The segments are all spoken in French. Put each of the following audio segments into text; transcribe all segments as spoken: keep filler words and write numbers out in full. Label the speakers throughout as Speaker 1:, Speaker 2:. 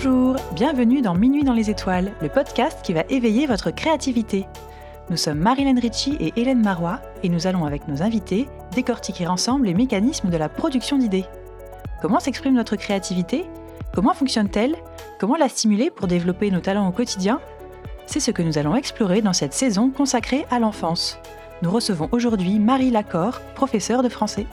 Speaker 1: Bonjour, bienvenue dans Minuit dans les étoiles, le podcast qui va éveiller votre créativité. Nous sommes Marilyn Ritchie et Hélène Marois et nous allons avec nos invités décortiquer ensemble les mécanismes de la production d'idées. Comment s'exprime notre créativité ? Comment fonctionne-t-elle ? Comment la stimuler pour développer nos talents au quotidien ? C'est ce que nous allons explorer dans cette saison consacrée à l'enfance. Nous recevons aujourd'hui Marie Lacor, professeure de français.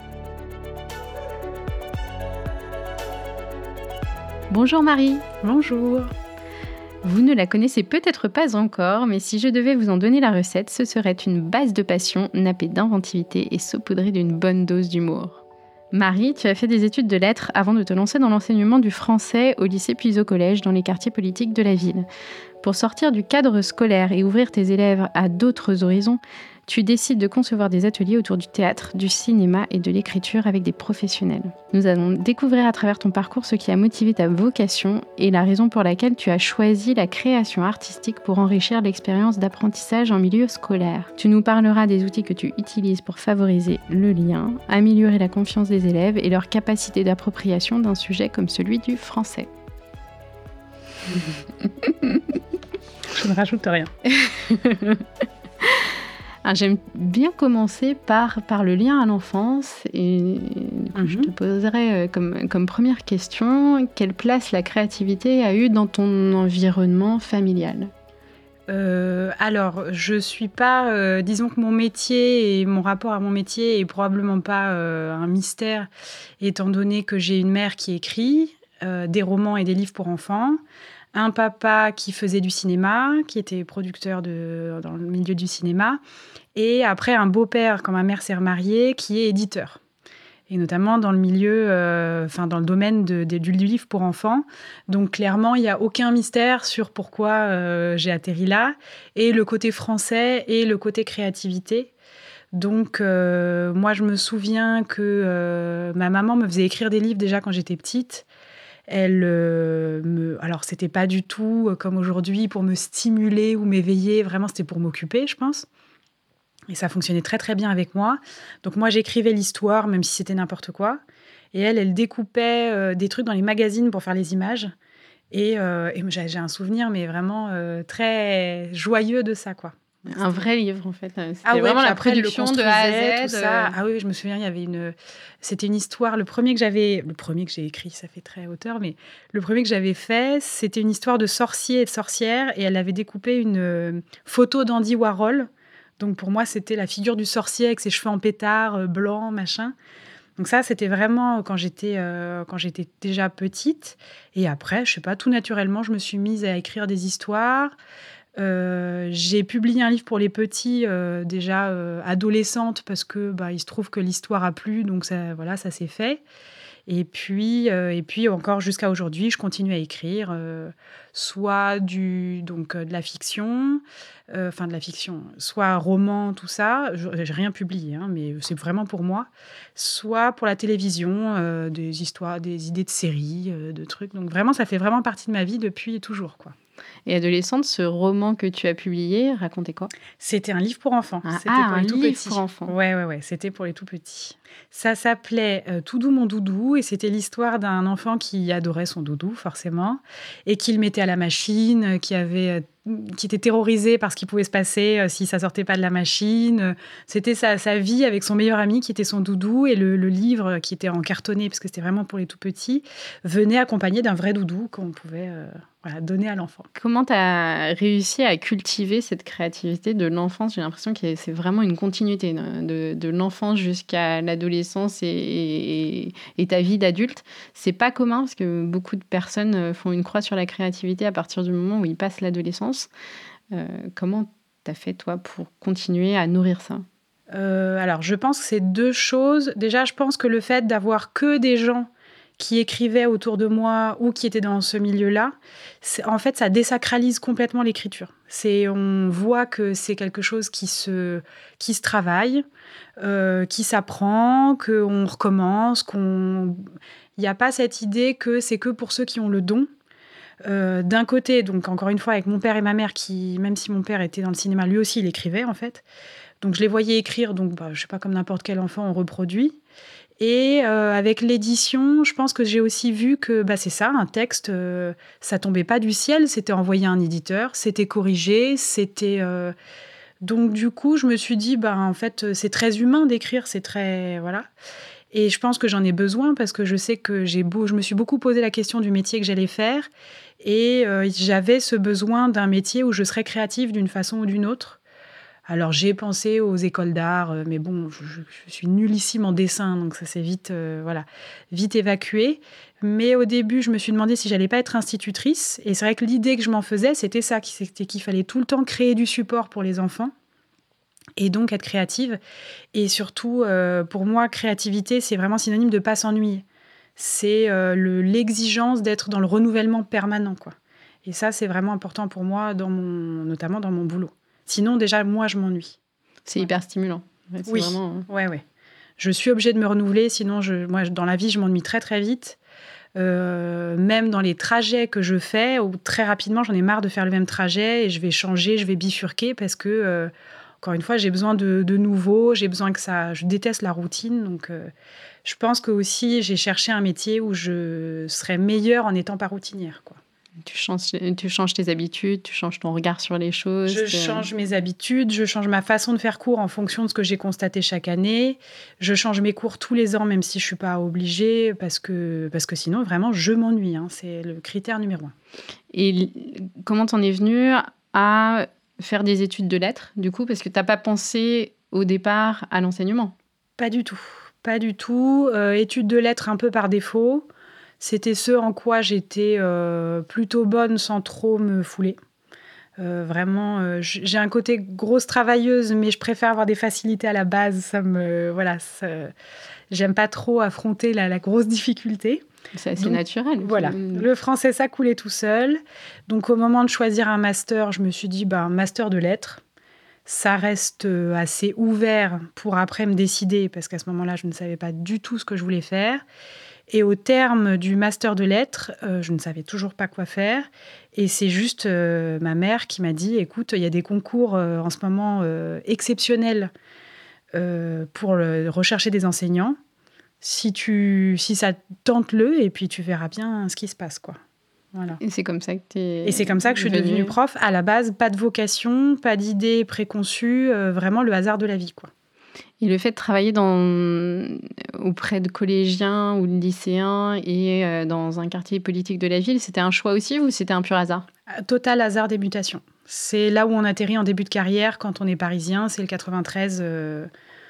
Speaker 2: Bonjour Marie.
Speaker 3: Bonjour.
Speaker 2: Vous ne la connaissez peut-être pas encore, mais si je devais vous en donner la recette, ce serait une base de passion nappée d'inventivité et saupoudrée d'une bonne dose d'humour. Marie, tu as fait des études de lettres avant de te lancer dans l'enseignement du français au lycée puis au collège dans les quartiers politiques de la ville. Pour sortir du cadre scolaire et ouvrir tes élèves à d'autres horizons, tu décides de concevoir des ateliers autour du théâtre, du cinéma et de l'écriture avec des professionnels. Nous allons découvrir à travers ton parcours ce qui a motivé ta vocation et la raison pour laquelle tu as choisi la création artistique pour enrichir l'expérience d'apprentissage en milieu scolaire. Tu nous parleras des outils que tu utilises pour favoriser le lien, améliorer la confiance des élèves et leur capacité d'appropriation d'un sujet comme celui du français.
Speaker 3: Je ne rajoute rien.
Speaker 2: Alors, j'aime bien commencer par, par le lien à l'enfance et mm-hmm. je te poserai euh, comme, comme première question, quelle place la créativité a eu dans ton environnement familial ?
Speaker 3: euh, Alors, je suis pas... Euh, disons que mon métier et mon rapport à mon métier est probablement pas euh, un mystère, étant donné que j'ai une mère qui écrit euh, des romans et des livres pour enfants, un papa qui faisait du cinéma, qui était producteur de, dans le milieu du cinéma, et après un beau-père, quand ma mère s'est remariée, qui est éditeur. Et notamment dans le milieu, euh, enfin dans le domaine de, de, du livre pour enfants. Donc clairement, il n'y a aucun mystère sur pourquoi euh, j'ai atterri là, et le côté français et le côté créativité. Donc euh, moi, je me souviens que euh, ma maman me faisait écrire des livres déjà quand j'étais petite. Elle euh, me... Alors, c'était pas du tout euh, comme aujourd'hui pour me stimuler ou m'éveiller. Vraiment, c'était pour m'occuper, je pense. Et ça fonctionnait très, très bien avec moi. Donc, moi, j'écrivais l'histoire, même si c'était n'importe quoi. Et elle, elle découpait euh, des trucs dans les magazines pour faire les images. Et, euh, et j'ai, j'ai un souvenir, mais vraiment euh, très joyeux de ça, quoi.
Speaker 2: Un vrai livre, en fait. C'était
Speaker 3: ah ouais,
Speaker 2: vraiment la
Speaker 3: après,
Speaker 2: production de A à Z.
Speaker 3: Tout ça. Ah oui, je me souviens, il y avait une... C'était une histoire, le premier que j'avais... Le premier que j'ai écrit, ça fait très auteur, mais le premier que j'avais fait, c'était une histoire de sorcier et de sorcière, et elle avait découpé une euh, photo d'Andy Warhol. Donc pour moi, c'était la figure du sorcier avec ses cheveux en pétard, euh, blanc, machin. Donc ça, c'était vraiment quand j'étais, euh, quand j'étais déjà petite. Et après, je sais pas, tout naturellement, je me suis mise à écrire des histoires. Euh, j'ai publié un livre pour les petits euh, déjà euh, adolescente parce que bah, il se trouve que l'histoire a plu, donc ça, voilà, ça s'est fait. Et puis, euh, et puis encore jusqu'à aujourd'hui, je continue à écrire, euh, soit du, donc, euh, de la fiction, euh, enfin de la fiction, soit roman, tout ça. Je, j'ai rien publié, hein, mais c'est vraiment pour moi. Soit pour la télévision, euh, des histoires, des idées de séries, euh, de trucs. Donc vraiment, ça fait vraiment partie de ma vie depuis toujours, quoi.
Speaker 2: Et adolescente, ce roman que tu as publié, racontait quoi ?
Speaker 3: C'était un livre pour enfants.
Speaker 2: Ah,
Speaker 3: c'était
Speaker 2: ah,
Speaker 3: pour
Speaker 2: un
Speaker 3: les tout
Speaker 2: livre
Speaker 3: petits.
Speaker 2: pour enfants.
Speaker 3: Ouais, ouais, ouais. C'était pour les tout petits. Ça s'appelait euh, Tout doux mon doudou, et c'était l'histoire d'un enfant qui adorait son doudou, forcément, et qui le mettait à la machine, qui avait, euh, qui était terrorisé par ce qui pouvait se passer euh, si ça sortait pas de la machine. C'était sa, sa vie avec son meilleur ami qui était son doudou, et le, le livre qui était en cartonné, parce que c'était vraiment pour les tout petits, venait accompagné d'un vrai doudou qu'on pouvait euh, voilà, donner à l'enfant.
Speaker 2: Comment tu as réussi à cultiver cette créativité de l'enfance ? J'ai l'impression que c'est vraiment une continuité de, de l'enfance jusqu'à l'adolescence et, et, et ta vie d'adulte. C'est pas commun parce que beaucoup de personnes font une croix sur la créativité à partir du moment où ils passent l'adolescence. Euh, comment tu as fait, toi, pour continuer à nourrir ça ?
Speaker 3: euh, Alors, je pense que c'est deux choses. Déjà, je pense que le fait d'avoir que des gens qui écrivaient autour de moi ou qui étaient dans ce milieu-là, c'est, en fait, ça désacralise complètement l'écriture. C'est, on voit que c'est quelque chose qui se, qui se travaille, euh, qui s'apprend, qu'on recommence, qu'on... Il n'y a pas cette idée que c'est que pour ceux qui ont le don. Euh, d'un côté, donc encore une fois, avec mon père et ma mère, qui, même si mon père était dans le cinéma, lui aussi, il écrivait, en fait. Donc, je les voyais écrire, donc bah, je ne sais pas, comme n'importe quel enfant, on reproduit. Et euh, avec l'édition, je pense que j'ai aussi vu que bah, c'est ça, un texte, euh, ça tombait pas du ciel, c'était envoyé à un éditeur, c'était corrigé, c'était... Euh... Donc, du coup, je me suis dit, bah, en fait, c'est très humain d'écrire, c'est très... Voilà. Et je pense que j'en ai besoin parce que je sais que j'ai beau... je me suis beaucoup posé la question du métier que j'allais faire. Et euh, j'avais ce besoin d'un métier où je serais créative d'une façon ou d'une autre. Alors, j'ai pensé aux écoles d'art, mais bon, je, je suis nullissime en dessin, donc ça s'est vite, euh, voilà, vite évacué. Mais au début, je me suis demandé si j'allais pas être institutrice. Et c'est vrai que l'idée que je m'en faisais, c'était ça, c'était qu'il fallait tout le temps créer du support pour les enfants et donc être créative. Et surtout, euh, pour moi, créativité, c'est vraiment synonyme de pas s'ennuyer. C'est euh, le, l'exigence d'être dans le renouvellement permanent, quoi. Et ça, c'est vraiment important pour moi, dans mon, notamment dans mon boulot. Sinon, déjà, moi, je m'ennuie.
Speaker 2: C'est ouais. hyper stimulant.
Speaker 3: En fait, c'est oui, vraiment... ouais, ouais. Je suis obligée de me renouveler, sinon, je, moi, dans la vie, je m'ennuie très, très vite. Euh, même dans les trajets que je fais, où très rapidement, j'en ai marre de faire le même trajet et je vais changer, je vais bifurquer parce que, euh, encore une fois, j'ai besoin de, de nouveau, j'ai besoin que ça... Je déteste la routine, donc euh, je pense que aussi, j'ai cherché un métier où je serais meilleure en n'étant pas routinière, quoi.
Speaker 2: Tu changes, tu changes tes habitudes, tu changes ton regard sur les choses.
Speaker 3: Je change mes habitudes, je change ma façon de faire cours en fonction de ce que j'ai constaté chaque année. Je change mes cours tous les ans, même si je ne suis pas obligée, parce que, parce que sinon, vraiment, je m'ennuie. Hein, c'est le critère numéro un.
Speaker 2: Et comment t'en es venue à faire des études de lettres, du coup, parce que tu n'as pas pensé au départ à l'enseignement?
Speaker 3: Pas du tout, pas du tout. Euh, études de lettres un peu par défaut. C'était ce en quoi j'étais euh, plutôt bonne sans trop me fouler. Euh, vraiment, euh, j'ai un côté grosse travailleuse, mais je préfère avoir des facilités à la base. Ça me, voilà, ça, j'aime pas trop affronter la, la grosse difficulté.
Speaker 2: C'est assez Donc, naturel.
Speaker 3: Voilà, le français, ça coulait tout seul. Donc, au moment de choisir un master, je me suis dit, bah, un master de lettres. Ça reste assez ouvert pour après me décider, parce qu'à ce moment-là, je ne savais pas du tout ce que je voulais faire. Et au terme du master de lettres, euh, je ne savais toujours pas quoi faire. Et c'est juste euh, ma mère qui m'a dit, écoute, il y a des concours euh, en ce moment euh, exceptionnels euh, pour le, rechercher des enseignants. Si, tu, si ça tente-le, et puis tu verras bien ce qui se passe, quoi. Voilà.
Speaker 2: Et c'est comme ça que tu es
Speaker 3: Et c'est comme ça que je suis
Speaker 2: devenue...
Speaker 3: devenue prof. À la base, pas de vocation, pas d'idée préconçue, euh, vraiment le hasard de la vie, quoi.
Speaker 2: Et le fait de travailler dans, auprès de collégiens ou de lycéens et euh, dans un quartier politique de la ville, c'était un choix aussi ou c'était un pur hasard?
Speaker 3: Total hasard des mutations. C'est là où on atterrit en début de carrière quand on est parisien. C'est le quatre-vingt-treize, euh,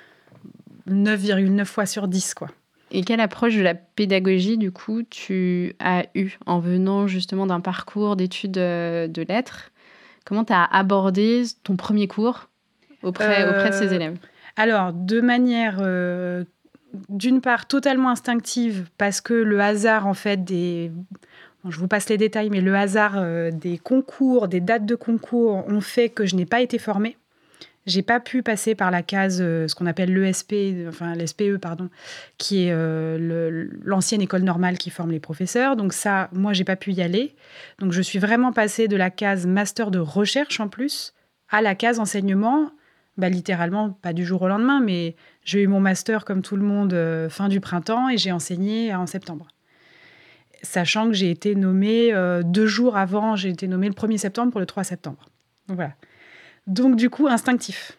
Speaker 3: neuf virgule neuf fois sur dix, quoi.
Speaker 2: Et quelle approche de la pédagogie, du coup, tu as eue en venant justement d'un parcours d'études de lettres? Comment tu as abordé ton premier cours auprès, euh... auprès de ces élèves?
Speaker 3: Alors, de manière, euh, d'une part, totalement instinctive, parce que le hasard, en fait, des... Bon, je vous passe les détails, mais le hasard euh, des concours, des dates de concours, ont fait que je n'ai pas été formée. Je n'ai pas pu passer par la case, euh, ce qu'on appelle l'E S P, enfin l'S P E, pardon, qui est euh, le, l'ancienne école normale qui forme les professeurs. Donc ça, moi, je n'ai pas pu y aller. Donc, je suis vraiment passée de la case master de recherche, en plus, à la case enseignement. Bah, littéralement, pas du jour au lendemain, mais j'ai eu mon master comme tout le monde euh, fin du printemps et j'ai enseigné en septembre. Sachant que j'ai été nommée euh, deux jours avant, j'ai été nommée le premier septembre pour le trois septembre. Donc voilà. Donc du coup, instinctif.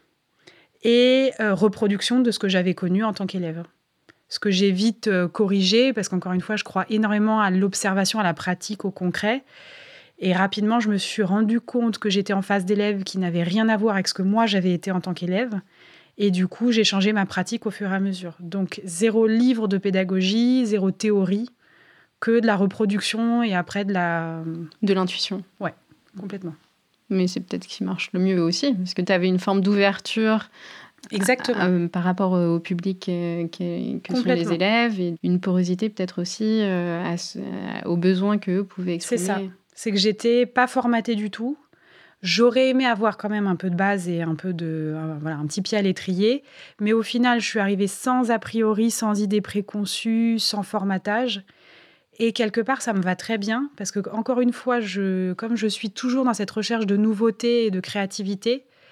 Speaker 3: Et euh, reproduction de ce que j'avais connu en tant qu'élève. Ce que j'ai vite euh, corrigé, parce qu'encore une fois, je crois énormément à l'observation, à la pratique, au concret. Et rapidement, je me suis rendu compte que j'étais en face d'élèves qui n'avaient rien à voir avec ce que moi, j'avais été en tant qu'élève. Et du coup, j'ai changé ma pratique au fur et à mesure. Donc, zéro livre de pédagogie, zéro théorie, que de la reproduction et après de la...
Speaker 2: De l'intuition.
Speaker 3: Ouais, complètement.
Speaker 2: Mais c'est peut-être ce qui marche le mieux aussi, parce que tu avais une forme d'ouverture...
Speaker 3: Exactement.
Speaker 2: À, à, par rapport au public euh, que, que sont les élèves, et une porosité peut-être aussi euh, à, à, aux besoins qu'eux pouvaient exprimer.
Speaker 3: C'est ça. C'est que j'étais pas formatée du tout. J'aurais aimé avoir quand même un peu de base et un peu de, euh, voilà, un petit pied à l'étrier. Mais au final, je suis arrivée sans a priori, sans idée préconçue, sans formatage. Et quelque part, ça me va très bien parce que, encore une fois, je, comme je suis toujours dans cette recherche de nouveauté et de créativité,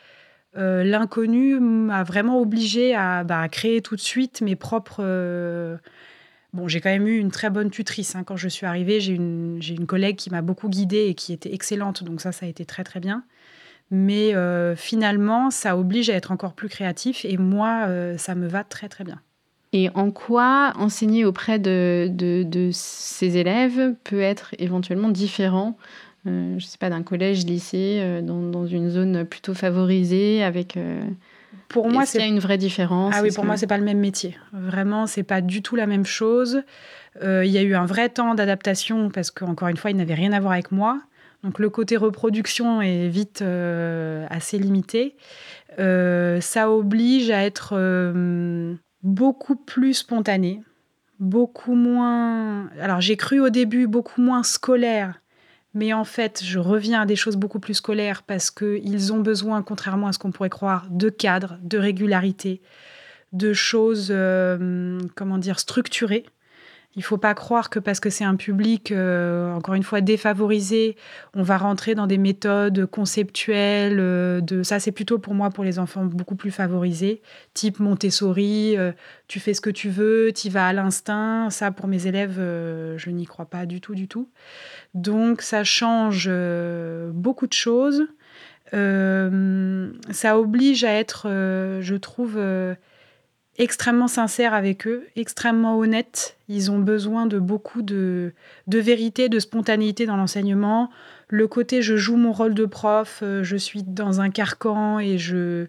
Speaker 3: euh, l'inconnu m'a vraiment obligée à, bah, à créer tout de suite mes propres... Euh... Bon, j'ai quand même eu une très bonne tutrice. Hein. Quand je suis arrivée, j'ai une, j'ai une collègue qui m'a beaucoup guidée et qui était excellente. Donc ça, ça a été très, très bien. Mais euh, finalement, ça oblige à être encore plus créatif. Et moi, euh, ça me va très, très bien.
Speaker 2: Et en quoi enseigner auprès de, de, de ces élèves peut être éventuellement différent, euh, je ne sais pas, d'un collège, lycée, euh, dans, dans une zone plutôt favorisée avec... Euh...
Speaker 3: Pour moi,
Speaker 2: Est-ce qu'il y a une vraie différence?
Speaker 3: Ah oui,
Speaker 2: Est-ce
Speaker 3: pour
Speaker 2: que...
Speaker 3: moi, c'est pas le même métier. Vraiment, c'est pas du tout la même chose. Euh, il y a eu un vrai temps d'adaptation parce qu'encore une fois, il n'avait rien à voir avec moi. Donc le côté reproduction est vite euh, assez limité. Euh, ça oblige à être euh, beaucoup plus spontané, beaucoup moins... Alors j'ai cru au début beaucoup moins scolaire. Mais en fait, je reviens à des choses beaucoup plus scolaires parce qu'ils ont besoin, contrairement à ce qu'on pourrait croire, de cadres, de régularité, de choses, euh, comment dire, structurées. Il ne faut pas croire que parce que c'est un public, euh, encore une fois, défavorisé, on va rentrer dans des méthodes conceptuelles. Euh, de... Ça, c'est plutôt pour moi, pour les enfants beaucoup plus favorisés, type Montessori, euh, tu fais ce que tu veux, tu vas à l'instinct. Ça, pour mes élèves, euh, je n'y crois pas du tout, du tout. Donc, ça change euh, beaucoup de choses. Euh, ça oblige à être, euh, je trouve... Euh, extrêmement sincère avec eux, extrêmement honnête. Ils ont besoin de beaucoup de, de vérité, de spontanéité dans l'enseignement. Le côté je joue mon rôle de prof, euh, je suis dans un carcan et je...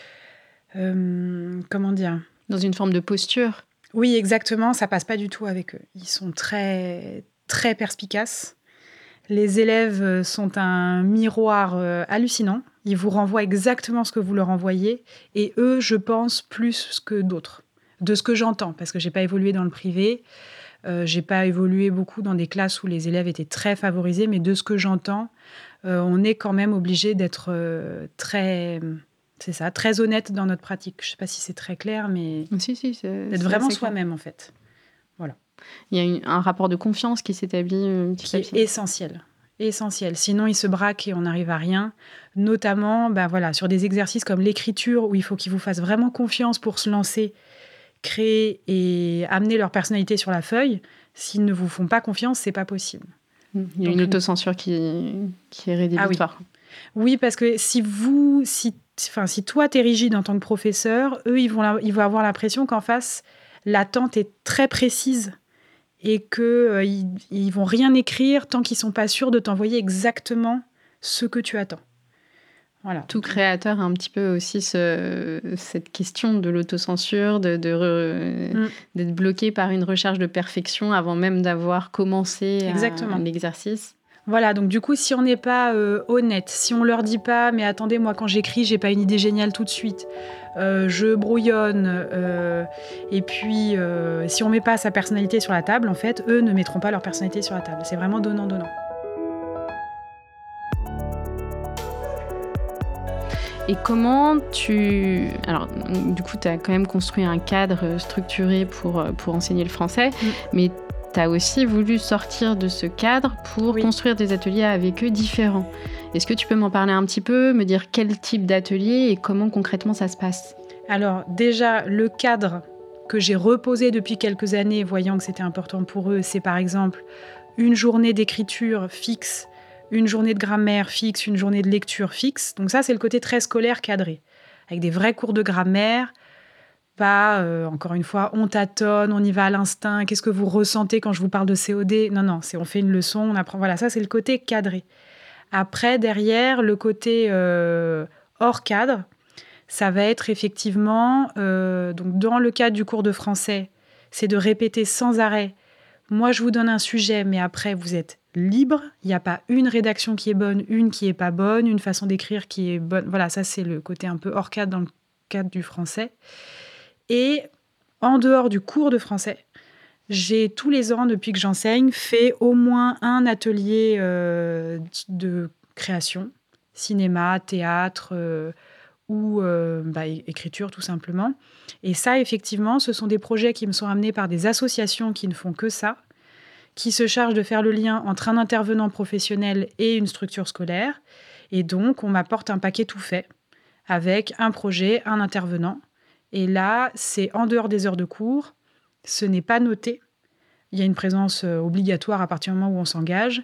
Speaker 3: Euh, comment dire ?
Speaker 2: Dans une forme de posture.
Speaker 3: Oui, exactement, ça passe pas du tout avec eux. Ils sont très, très perspicaces. Les élèves sont un miroir euh, hallucinant. Ils vous renvoient exactement ce que vous leur envoyez. Et eux, je pense, plus que d'autres. De ce que j'entends, parce que je n'ai pas évolué dans le privé. Euh, je n'ai pas évolué beaucoup dans des classes où les élèves étaient très favorisés. Mais de ce que j'entends, euh, on est quand même obligé d'être euh, très... C'est ça, très honnête dans notre pratique. Je ne sais pas si c'est très clair, mais
Speaker 2: si, si, c'est,
Speaker 3: d'être
Speaker 2: c'est
Speaker 3: vraiment soi-même, en fait. Voilà.
Speaker 2: Il y a une, un rapport de confiance qui s'établit. Euh,
Speaker 3: qui est essentiel. Essentiel. Sinon, ils se braquent et on n'arrive à rien. Notamment, ben voilà, sur des exercices comme l'écriture, où il faut qu'ils vous fassent vraiment confiance pour se lancer, créer et amener leur personnalité sur la feuille. S'ils ne vous font pas confiance, c'est pas possible.
Speaker 2: Il y a Donc, une autocensure qui, qui est rédhibitoire.
Speaker 3: Ah oui. oui, parce que si vous, si, enfin, si toi, t'es rigide en tant que professeur, eux, ils vont, la, ils vont avoir l'impression qu'en face, l'attente est très précise et qu'ils euh, ne vont rien écrire tant qu'ils ne sont pas sûrs de t'envoyer exactement ce que tu attends. Voilà.
Speaker 2: Tout créateur a un petit peu aussi ce, cette question de l'autocensure, de, de re, mm. d'être bloqué par une recherche de perfection avant même d'avoir commencé à, l'exercice.
Speaker 3: Voilà, donc du coup, si on n'est pas euh, honnête, si on leur dit pas « mais attendez, moi quand j'écris, j'ai pas une idée géniale tout de suite, euh, je brouillonne euh, », et puis euh, si on met pas sa personnalité sur la table, en fait, eux ne mettront pas leur personnalité sur la table. C'est vraiment donnant-donnant.
Speaker 2: Et comment tu... Alors, du coup, tu as quand même construit un cadre structuré pour, pour enseigner le français, mmh. mais tu as aussi voulu sortir de ce cadre pour oui. construire des ateliers avec eux différents. Est-ce que tu peux m'en parler un petit peu, me dire quel type d'atelier et comment concrètement ça se passe ?
Speaker 3: Alors déjà, le cadre que j'ai reposé depuis quelques années, voyant que c'était important pour eux, c'est par exemple une journée d'écriture fixe, une journée de grammaire fixe, une journée de lecture fixe. Donc ça, c'est le côté très scolaire cadré, avec des vrais cours de grammaire. Pas, euh, encore une fois, on tâtonne, on y va à l'instinct. Qu'est-ce que vous ressentez quand je vous parle de C O D ? Non, non, c'est on fait une leçon, on apprend. Voilà, ça, c'est le côté cadré. Après, derrière, le côté euh, hors cadre, ça va être effectivement, euh, donc dans le cadre du cours de français, c'est de répéter sans arrêt. Moi, je vous donne un sujet, mais après, vous êtes libre. Il n'y a pas une rédaction qui est bonne, une qui n'est pas bonne, une façon d'écrire qui est bonne. Voilà, ça, c'est le côté un peu hors cadre dans le cadre du français. Et en dehors du cours de français, j'ai tous les ans, depuis que j'enseigne, fait au moins un atelier euh, de création, cinéma, théâtre euh, ou euh, bah, écriture tout simplement. Et ça, effectivement, ce sont des projets qui me sont amenés par des associations qui ne font que ça, qui se chargent de faire le lien entre un intervenant professionnel et une structure scolaire. Et donc, on m'apporte un paquet tout fait, avec un projet, un intervenant. Et là, c'est en dehors des heures de cours, ce n'est pas noté. Il y a une présence euh, obligatoire à partir du moment où on s'engage.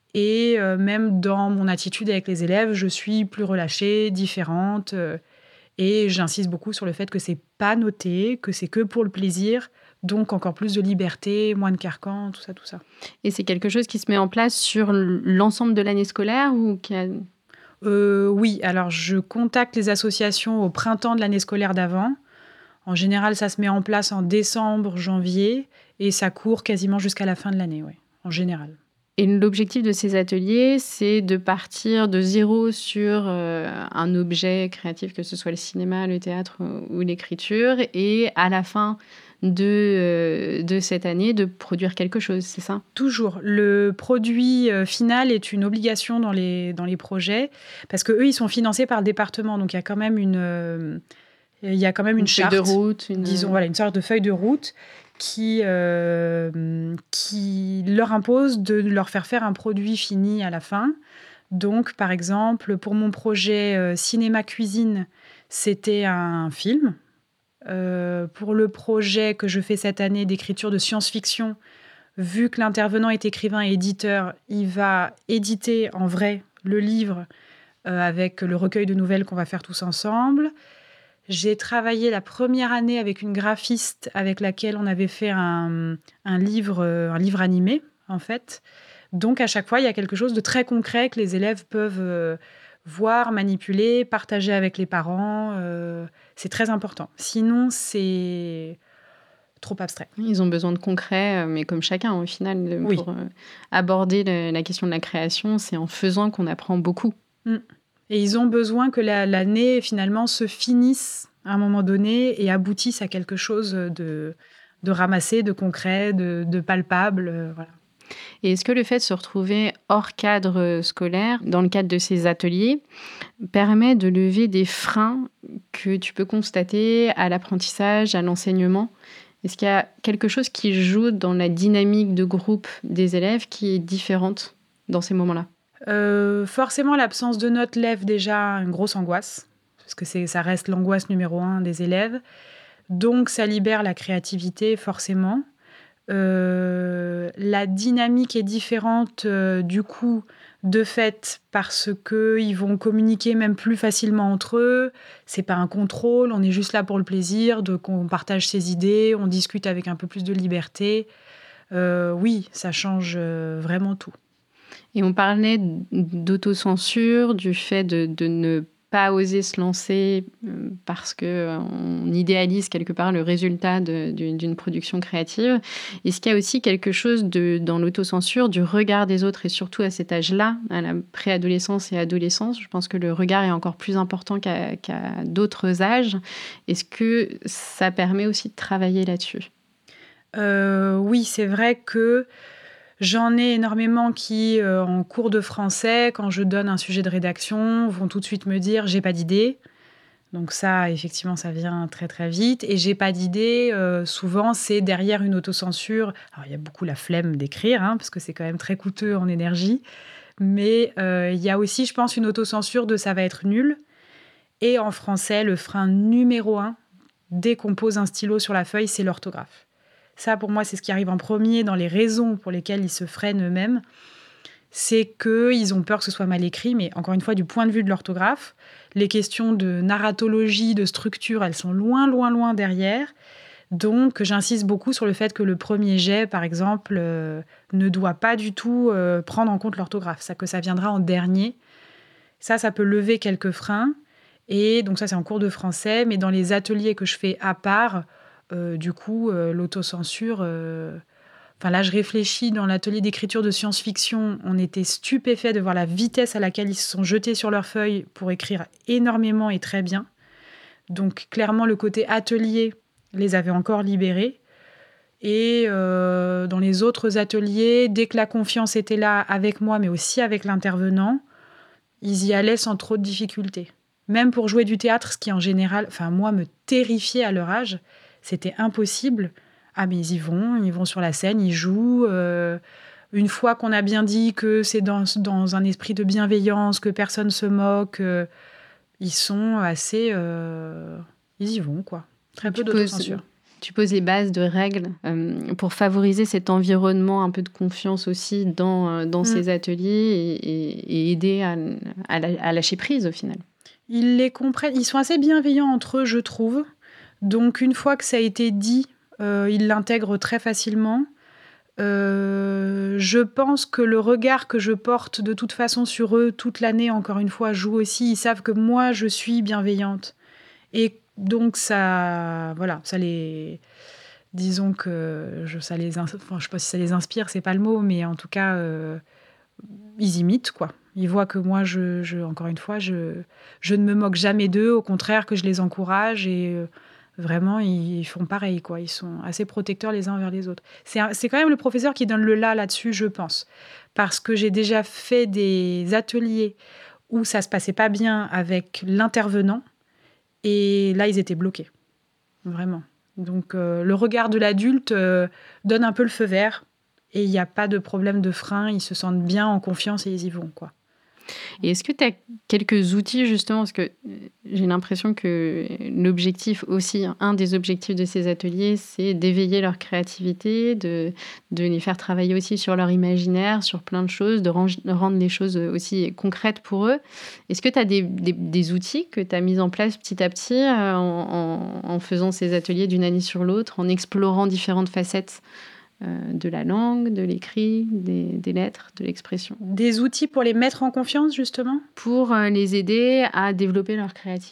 Speaker 3: Et euh, même dans mon attitude avec les élèves, je suis plus relâchée, différente. Euh, et j'insiste beaucoup sur le fait que c'est pas noté, que c'est que pour le plaisir. Donc encore plus de liberté, moins de carcan, tout ça, tout ça.
Speaker 2: Et c'est quelque chose qui se met en place sur l'ensemble de l'année scolaire ou qui a...
Speaker 3: euh, Oui, alors je contacte les associations au printemps de l'année scolaire d'avant. En général, ça se met en place en décembre, janvier, et ça court quasiment jusqu'à la fin de l'année, oui, en général.
Speaker 2: Et l'objectif de ces ateliers, c'est de partir de zéro sur euh, un objet créatif, que ce soit le cinéma, le théâtre ou l'écriture, et à la fin de, euh, de cette année, de produire quelque chose, c'est ça ?
Speaker 3: Toujours. Le produit euh, final est une obligation dans les, dans les projets, parce qu'eux, ils sont financés par le département, donc il y a quand même une, euh, il y a quand même une,
Speaker 2: une
Speaker 3: charte,
Speaker 2: feuille de route, une...
Speaker 3: disons, voilà, une sorte de feuille de route qui, euh, qui leur impose de leur faire faire un produit fini à la fin. Donc, par exemple, pour mon projet euh, cinéma-cuisine, c'était un film. Euh, pour le projet que je fais cette année d'écriture de science-fiction, vu que l'intervenant est écrivain et éditeur, il va éditer en vrai le livre euh, avec le recueil de nouvelles qu'on va faire tous ensemble. J'ai travaillé la première année avec une graphiste avec laquelle on avait fait un, un, livre, un livre animé, en fait. Donc, à chaque fois, il y a quelque chose de très concret que les élèves peuvent euh, voir, manipuler, partager avec les parents. Euh, c'est très important. Sinon, c'est trop abstrait.
Speaker 2: Ils ont besoin de concret, mais comme chacun, au final,
Speaker 3: oui.
Speaker 2: pour euh, aborder le, la question de la création, c'est en faisant qu'on apprend beaucoup.
Speaker 3: Mmh. Et ils ont besoin que la, l'année, finalement, se finisse à un moment donné et aboutisse à quelque chose de, de ramassé, de concret, de, de palpable. Euh, voilà.
Speaker 2: Et est-ce que le fait de se retrouver hors cadre scolaire, dans le cadre de ces ateliers, permet de lever des freins que tu peux constater à l'apprentissage, à l'enseignement ? Est-ce qu'il y a quelque chose qui joue dans la dynamique de groupe des élèves qui est différente dans ces moments-là ?
Speaker 3: Euh, forcément, l'absence de notes lève déjà une grosse angoisse, parce que c'est, ça reste l'angoisse numéro un des élèves. Donc, ça libère la créativité, forcément. Euh, la dynamique est différente, euh, du coup, de fait, parce qu'ils vont communiquer même plus facilement entre eux. C'est pas un contrôle, on est juste là pour le plaisir, de, qu'on partage ses idées, on discute avec un peu plus de liberté. Euh, oui, ça change euh, vraiment tout.
Speaker 2: Et on parlait d'autocensure, du fait de, de ne pas oser se lancer parce qu'on idéalise quelque part le résultat de, d'une, d'une production créative. Est-ce qu'il y a aussi quelque chose de, dans l'autocensure du regard des autres, et surtout à cet âge-là, à la préadolescence et adolescence ? Je pense que le regard est encore plus important qu'à, qu'à d'autres âges. Est-ce que ça permet aussi de travailler là-dessus ?
Speaker 3: euh, Oui, c'est vrai que j'en ai énormément qui, euh, en cours de français, quand je donne un sujet de rédaction, vont tout de suite me dire « j'ai pas d'idée ». Donc ça, effectivement, ça vient très très vite. Et « j'ai pas d'idée euh, », souvent, c'est derrière une autocensure. Alors, il y a beaucoup la flemme d'écrire, hein, parce que c'est quand même très coûteux en énergie. Mais euh, il y a aussi, je pense, une autocensure de « ça va être nul ». Et en français, le frein numéro un, dès qu'on pose un stylo sur la feuille, c'est l'orthographe. Ça, pour moi, c'est ce qui arrive en premier dans les raisons pour lesquelles ils se freinent eux-mêmes. C'est qu'ils ont peur que ce soit mal écrit, mais encore une fois, du point de vue de l'orthographe, les questions de narratologie, de structure, elles sont loin, loin, loin derrière. Donc, j'insiste beaucoup sur le fait que le premier jet, par exemple, euh, ne doit pas du tout euh, prendre en compte l'orthographe. Ça, que ça viendra en dernier. Ça, ça peut lever quelques freins. Et donc ça, c'est en cours de français. Mais dans les ateliers que je fais à part, Euh, du coup, euh, l'autocensure... Euh... Enfin, là, je réfléchis, dans l'atelier d'écriture de science-fiction, on était stupéfaits de voir la vitesse à laquelle ils se sont jetés sur leurs feuilles pour écrire énormément et très bien. Donc, clairement, le côté atelier les avait encore libérés. Et euh, dans les autres ateliers, dès que la confiance était là avec moi, mais aussi avec l'intervenant, ils y allaient sans trop de difficultés. Même pour jouer du théâtre, ce qui, en général, enfin, moi, me terrifiait à leur âge, c'était impossible. Ah, mais ils y vont, ils vont sur la scène, ils jouent. Euh, une fois qu'on a bien dit que c'est dans, dans un esprit de bienveillance, que personne se moque, euh, ils sont assez... Euh, ils y vont, quoi. Très peu
Speaker 2: Tu poses,
Speaker 3: d'autocensure.
Speaker 2: tu poses les bases de règles euh, pour favoriser cet environnement un peu de confiance aussi dans, dans mm. ces ateliers et, et, et aider à, à, à lâcher prise au final.
Speaker 3: Ils les comprennent. Ils sont assez bienveillants entre eux, je trouve. Donc, une fois que ça a été dit, euh, ils l'intègrent très facilement. Euh, je pense que le regard que je porte de toute façon sur eux toute l'année, encore une fois, joue aussi. Ils savent que moi, je suis bienveillante. Et donc, ça, voilà, ça les... Disons que je, ça les... Enfin, je ne sais pas si ça les inspire, c'est pas le mot, mais en tout cas, euh, ils imitent, quoi. Ils voient que moi, je, je, encore une fois, je, je ne me moque jamais d'eux. Au contraire, que je les encourage et... Euh, Vraiment, ils font pareil, quoi. Ils sont assez protecteurs les uns envers les autres. C'est, un, c'est quand même le professeur qui donne le là là-dessus, je pense. Parce que j'ai déjà fait des ateliers où ça se passait pas bien avec l'intervenant. Et là, ils étaient bloqués. Vraiment. Donc, euh, le regard de l'adulte euh, donne un peu le feu vert. Et il n'y a pas de problème de frein. Ils se sentent bien, en confiance et ils y vont, quoi.
Speaker 2: Et est-ce que tu as quelques outils, justement, parce que j'ai l'impression que l'objectif aussi, un des objectifs de ces ateliers, c'est d'éveiller leur créativité, de, de les faire travailler aussi sur leur imaginaire, sur plein de choses, de rendre les choses aussi concrètes pour eux. Est-ce que tu as des, des, des outils que tu as mis en place petit à petit en, en, en faisant ces ateliers d'une année sur l'autre, en explorant différentes facettes de la langue, de l'écrit, des, des lettres, de l'expression.
Speaker 3: Des outils pour les mettre en confiance, justement ?
Speaker 2: Pour les aider à développer leur créativité ?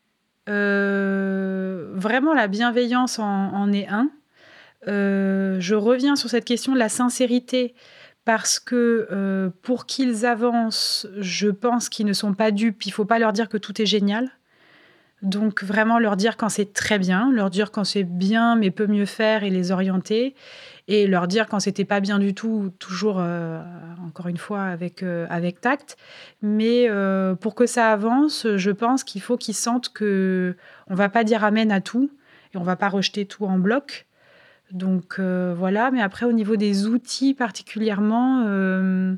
Speaker 3: euh, Vraiment, la bienveillance en, en est un. Euh, je reviens sur cette question de la sincérité, parce que euh, pour qu'ils avancent, je pense qu'ils ne sont pas dupes. Il ne faut pas leur dire que tout est génial. Donc, vraiment leur dire quand c'est très bien, leur dire quand c'est bien, mais peut mieux faire et les orienter. Et leur dire quand c'était pas bien du tout, toujours, euh, encore une fois, avec, euh, avec tact. Mais euh, pour que ça avance, je pense qu'il faut qu'ils sentent qu'on ne va pas dire amen à tout et on ne va pas rejeter tout en bloc. Donc, euh, voilà. Mais après, au niveau des outils particulièrement... Euh,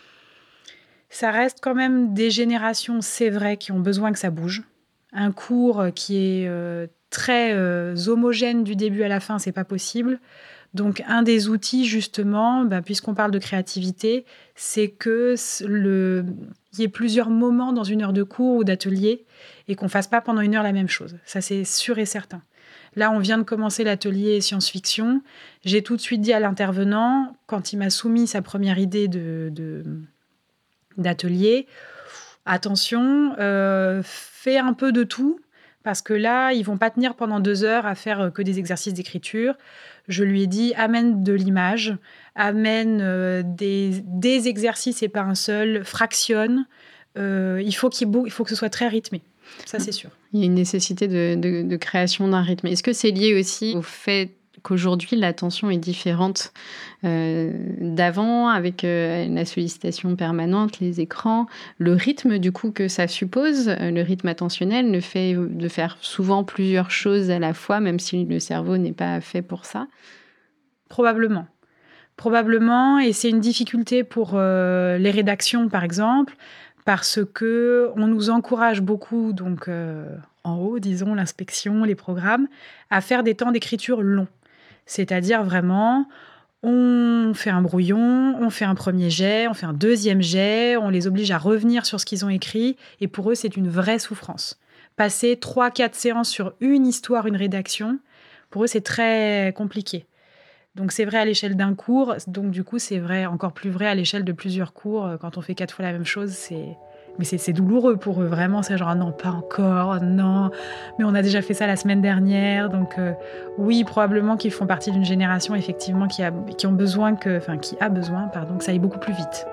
Speaker 3: ça reste quand même des générations, c'est vrai, qui ont besoin que ça bouge. Un cours qui est euh, très euh, homogène du début à la fin, c'est pas possible. Donc, un des outils, justement, bah, puisqu'on parle de créativité, c'est que le... il y ait plusieurs moments dans une heure de cours ou d'atelier et qu'on fasse pas pendant une heure la même chose. Ça, c'est sûr et certain. Là, on vient de commencer l'atelier science-fiction. J'ai tout de suite dit à l'intervenant, quand il m'a soumis sa première idée de, de... d'atelier, attention, euh, fais un peu de tout, parce que là, ils vont pas tenir pendant deux heures à faire que des exercices d'écriture. Je lui ai dit, amène de l'image, amène euh, des, des exercices et pas un seul, fractionne. Euh, il faut qu'il beau, il faut que ce soit très rythmé. Ça, c'est sûr.
Speaker 2: Il y a une nécessité de, de, de création d'un rythme. Est-ce que c'est lié aussi au fait qu'aujourd'hui, l'attention est différente euh, d'avant, avec euh, la sollicitation permanente, les écrans, le rythme du coup que ça suppose, euh, le rythme attentionnel, le fait de faire souvent plusieurs choses à la fois, même si le cerveau n'est pas fait pour ça ?
Speaker 3: Probablement. Probablement, et c'est une difficulté pour euh, les rédactions, par exemple, parce qu'on nous encourage beaucoup, donc euh, en haut, disons, l'inspection, les programmes, à faire des temps d'écriture longs. C'est-à-dire vraiment, on fait un brouillon, on fait un premier jet, on fait un deuxième jet, on les oblige à revenir sur ce qu'ils ont écrit, et pour eux, c'est une vraie souffrance. Passer trois, quatre séances sur une histoire, une rédaction, pour eux, c'est très compliqué. Donc, c'est vrai à l'échelle d'un cours, donc du coup, c'est vrai, encore plus vrai à l'échelle de plusieurs cours. Quand on fait quatre fois la même chose, c'est... Mais c'est, c'est douloureux pour eux, vraiment. C'est genre, ah non, pas encore, non. Mais on a déjà fait ça la semaine dernière. Donc, euh, oui, probablement qu'ils font partie d'une génération, effectivement, qui a, qui ont besoin que, enfin, qui a besoin, pardon, que ça aille beaucoup plus vite.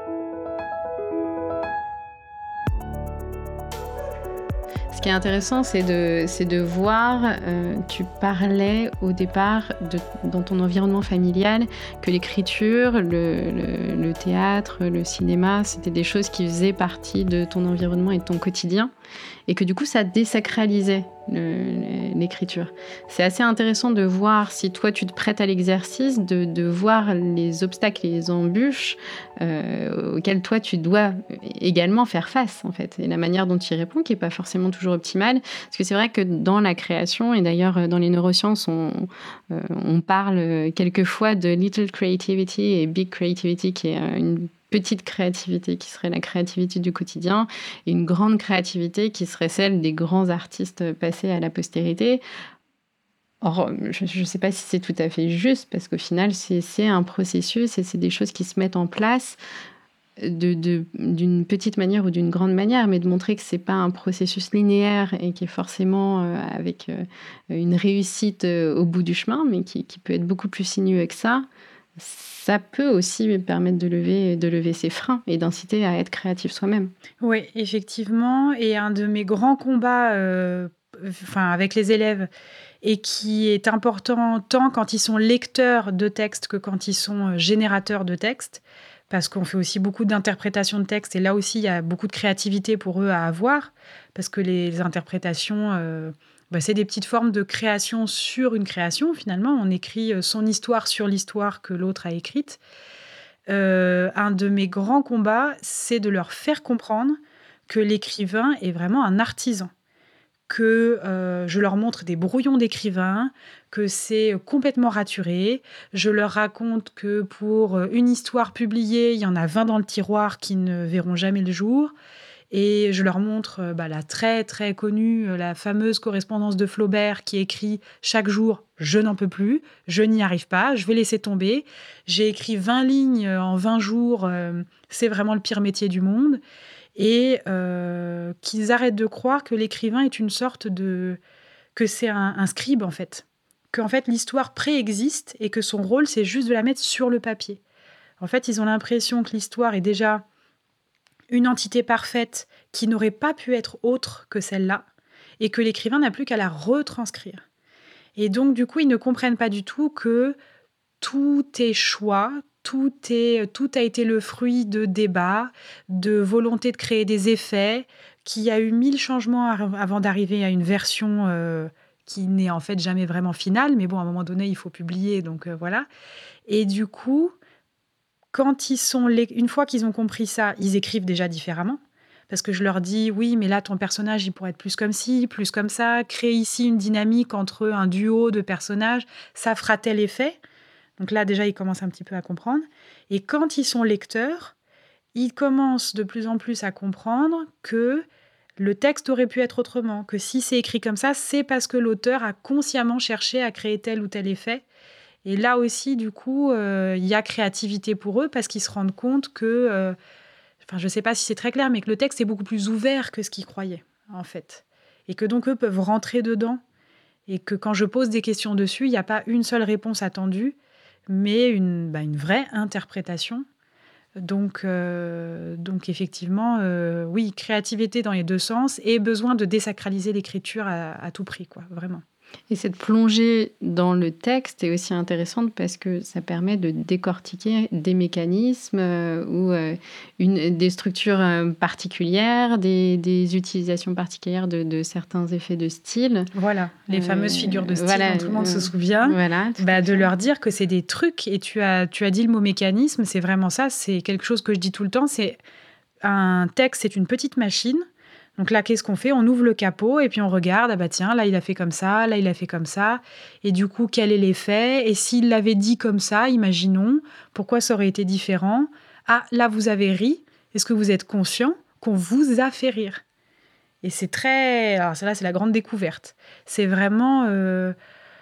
Speaker 2: Ce qui est intéressant, c'est de, c'est de voir, euh, tu parlais au départ, de, dans ton environnement familial, que l'écriture, le, le, le théâtre, le cinéma, c'était des choses qui faisaient partie de ton environnement et de ton quotidien. et que du coup, ça désacralisait le, l'écriture. C'est assez intéressant de voir, si toi, tu te prêtes à l'exercice, de, de voir les obstacles et les embûches euh, auxquels toi, tu dois également faire face, en fait, et la manière dont tu y réponds, qui n'est pas forcément toujours optimale. Parce que c'est vrai que dans la création, et d'ailleurs dans les neurosciences, on, euh, on parle quelquefois de little creativity et big creativity, qui est une petite créativité qui serait la créativité du quotidien et une grande créativité qui serait celle des grands artistes passés à la postérité. Or, je ne sais pas si c'est tout à fait juste, parce qu'au final, c'est, c'est un processus et c'est des choses qui se mettent en place de, de, d'une petite manière ou d'une grande manière, mais de montrer que ce n'est pas un processus linéaire et qui est forcément euh, avec euh, une réussite euh, au bout du chemin, mais qui, qui peut être beaucoup plus sinueux que ça. Ça peut aussi permettre de lever, de lever ses freins et d'inciter à être créatif soi-même.
Speaker 3: Oui, effectivement. Et un de mes grands combats euh, enfin, avec les élèves, et qui est important tant quand ils sont lecteurs de textes que quand ils sont générateurs de textes, parce qu'on fait aussi beaucoup d'interprétations de textes, et là aussi, il y a beaucoup de créativité pour eux à avoir, parce que les interprétations... Euh, Bah, c'est des petites formes de création sur une création, finalement. On écrit son histoire sur l'histoire que l'autre a écrite. Euh, un de mes grands combats, c'est de leur faire comprendre que l'écrivain est vraiment un artisan. Que euh, je leur montre des brouillons d'écrivains, que c'est complètement raturé. Je leur raconte que pour une histoire publiée, il y en a vingt dans le tiroir qui ne verront jamais le jour. Et je leur montre bah, la très, très connue, la fameuse correspondance de Flaubert qui écrit chaque jour « Je n'en peux plus, je n'y arrive pas, je vais laisser tomber. J'ai écrit vingt lignes en vingt jours, euh, c'est vraiment le pire métier du monde. » Et euh, qu'ils arrêtent de croire que l'écrivain est une sorte de... que c'est un, un scribe, en fait. Qu'en fait, l'histoire préexiste et que son rôle, c'est juste de la mettre sur le papier. En fait, ils ont l'impression que l'histoire est déjà... une entité parfaite qui n'aurait pas pu être autre que celle-là, et que l'écrivain n'a plus qu'à la retranscrire. Et donc, du coup, ils ne comprennent pas du tout que tout est choix, tout, est, tout a été le fruit de débats, de volonté de créer des effets, qu'il y a eu mille changements avant d'arriver à une version euh, qui n'est en fait jamais vraiment finale, mais bon, à un moment donné, il faut publier, donc euh, voilà. Et du coup... Quand ils sont les... une fois qu'ils ont compris ça, ils écrivent déjà différemment. Parce que je leur dis, oui, mais là, ton personnage, il pourrait être plus comme ci, plus comme ça. Crée ici une dynamique entre un duo de personnages. Ça fera tel effet. Donc là, déjà, ils commencent un petit peu à comprendre. Et quand ils sont lecteurs, ils commencent de plus en plus à comprendre que le texte aurait pu être autrement. Que si c'est écrit comme ça, c'est parce que l'auteur a consciemment cherché à créer tel ou tel effet. Et là aussi, du coup, il euh, y a créativité pour eux parce qu'ils se rendent compte que, euh, enfin, je ne sais pas si c'est très clair, mais que le texte est beaucoup plus ouvert que ce qu'ils croyaient, en fait. Et que donc, eux peuvent rentrer dedans. Et que quand je pose des questions dessus, il n'y a pas une seule réponse attendue, mais une, bah, une vraie interprétation. Donc, euh, donc effectivement, euh, oui, créativité dans les deux sens et besoin de désacraliser l'écriture à, à tout prix, quoi, vraiment.
Speaker 2: Et cette plongée dans le texte est aussi intéressante parce que ça permet de décortiquer des mécanismes euh, ou euh, une, des structures euh, particulières, des, des utilisations particulières de, de certains effets de style.
Speaker 3: Voilà, les euh, fameuses figures de style
Speaker 2: voilà,
Speaker 3: dont tout le monde euh, se souvient.
Speaker 2: Voilà,
Speaker 3: bah, de leur dire que c'est des trucs, et tu as, tu as dit le mot mécanisme, c'est vraiment ça, c'est quelque chose que je dis tout le temps, c'est un texte, c'est une petite machine. Donc là, qu'est-ce qu'on fait ? On ouvre le capot et puis on regarde, ah bah tiens, là il a fait comme ça, là il a fait comme ça. Et du coup, quel est l'effet ? Et s'il l'avait dit comme ça, imaginons, pourquoi ça aurait été différent ? Ah, là vous avez ri. Est-ce que vous êtes conscient qu'on vous a fait rire ? Et c'est très... Alors là, c'est la grande découverte. C'est vraiment... Euh...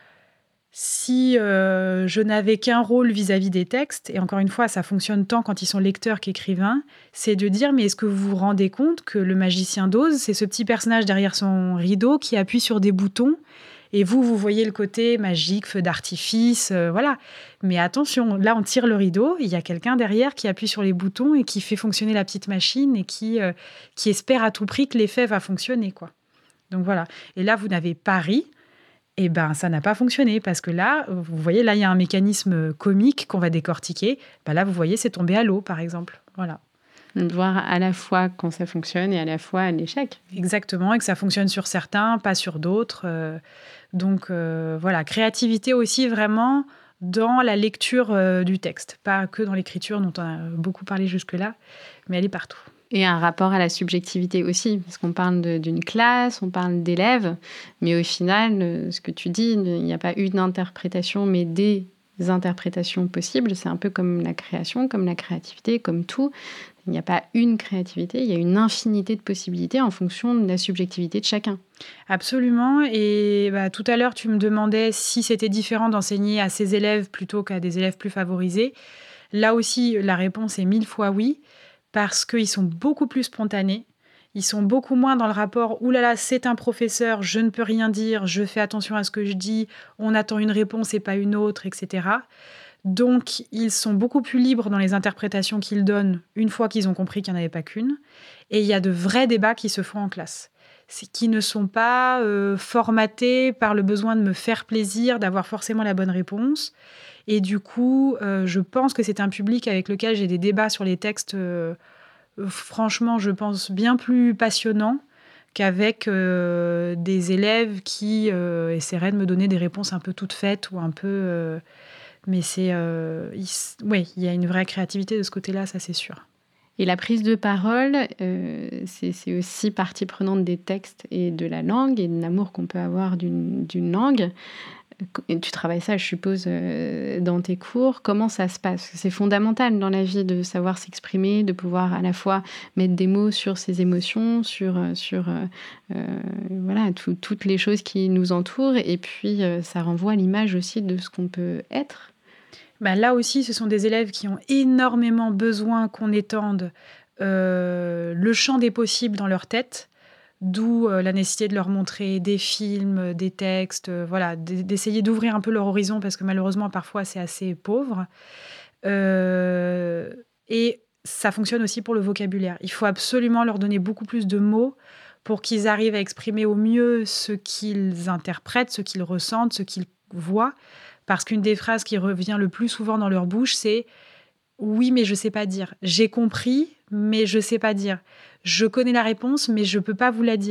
Speaker 3: Si euh, je n'avais qu'un rôle vis-à-vis des textes, et encore une fois, ça fonctionne tant quand ils sont lecteurs qu'écrivains, c'est de dire, mais est-ce que vous vous rendez compte que le magicien d'Oz, c'est ce petit personnage derrière son rideau qui appuie sur des boutons, et vous, vous voyez le côté magique, feu d'artifice, euh, voilà. Mais attention, là, on tire le rideau, il y a quelqu'un derrière qui appuie sur les boutons et qui fait fonctionner la petite machine et qui, euh, qui espère à tout prix que l'effet va fonctionner, quoi. Donc voilà. Et là, vous n'avez pas ri. Eh bien, ça n'a pas fonctionné parce que là, vous voyez, là, il y a un mécanisme comique qu'on va décortiquer. Ben là, vous voyez, c'est tombé à l'eau, par exemple. Voilà.
Speaker 2: de voir à la fois quand ça fonctionne et à la fois l'échec.
Speaker 3: Exactement, et que ça fonctionne sur certains, pas sur d'autres. Euh, donc euh, voilà, créativité aussi vraiment dans la lecture euh, du texte, pas que dans l'écriture dont on a beaucoup parlé jusque-là, mais elle est partout.
Speaker 2: Et un rapport à la subjectivité aussi, parce qu'on parle de, d'une classe, on parle d'élèves, mais au final, euh, ce que tu dis, il n'y a pas une interprétation, mais des interprétations possibles. C'est un peu comme la création, comme la créativité, comme tout. Il n'y a pas une créativité, il y a une infinité de possibilités en fonction de la subjectivité de chacun.
Speaker 3: Absolument. Et bah, tout à l'heure, tu me demandais si c'était différent d'enseigner à ses élèves plutôt qu'à des élèves plus favorisés. Là aussi, la réponse est mille fois oui, parce qu'ils sont beaucoup plus spontanés. Ils sont beaucoup moins dans le rapport « Ouh là là, c'est un professeur, je ne peux rien dire, je fais attention à ce que je dis, on attend une réponse et pas une autre, et cetera » Donc, ils sont beaucoup plus libres dans les interprétations qu'ils donnent une fois qu'ils ont compris qu'il n'y en avait pas qu'une. Et il y a de vrais débats qui se font en classe, c'est qui ne sont pas euh, formatés par le besoin de me faire plaisir, d'avoir forcément la bonne réponse. Et du coup, euh, je pense que c'est un public avec lequel j'ai des débats sur les textes, euh, euh, franchement, je pense, bien plus passionnants qu'avec euh, des élèves qui euh, essaieraient de me donner des réponses un peu toutes faites ou un peu... Euh, mais c'est... Euh, il, oui, il y a une vraie créativité de ce côté-là, ça c'est sûr.
Speaker 2: Et la prise de parole, euh, c'est, c'est aussi partie prenante des textes et de la langue et de l'amour qu'on peut avoir d'une, d'une langue. Et tu travailles ça, je suppose, euh, dans tes cours. Comment ça se passe ? C'est fondamental dans la vie de savoir s'exprimer, de pouvoir à la fois mettre des mots sur ses émotions, sur, sur euh, euh, voilà, tout, toutes les choses qui nous entourent. Et puis, euh, ça renvoie à l'image aussi de ce qu'on peut être.
Speaker 3: Bah là aussi, ce sont des élèves qui ont énormément besoin qu'on étende euh, le champ des possibles dans leur tête, d'où euh, la nécessité de leur montrer des films, des textes, euh, voilà, d- d'essayer d'ouvrir un peu leur horizon, parce que malheureusement, parfois, c'est assez pauvre. Euh, et ça fonctionne aussi pour le vocabulaire. Il faut absolument leur donner beaucoup plus de mots pour qu'ils arrivent à exprimer au mieux ce qu'ils interprètent, ce qu'ils ressentent, ce qu'ils voient. Parce qu'une des phrases qui revient le plus souvent dans leur bouche, c'est « oui, mais je ne sais pas dire. J'ai compris, mais je ne sais pas dire. Je connais la réponse, mais je ne peux pas vous la dire. »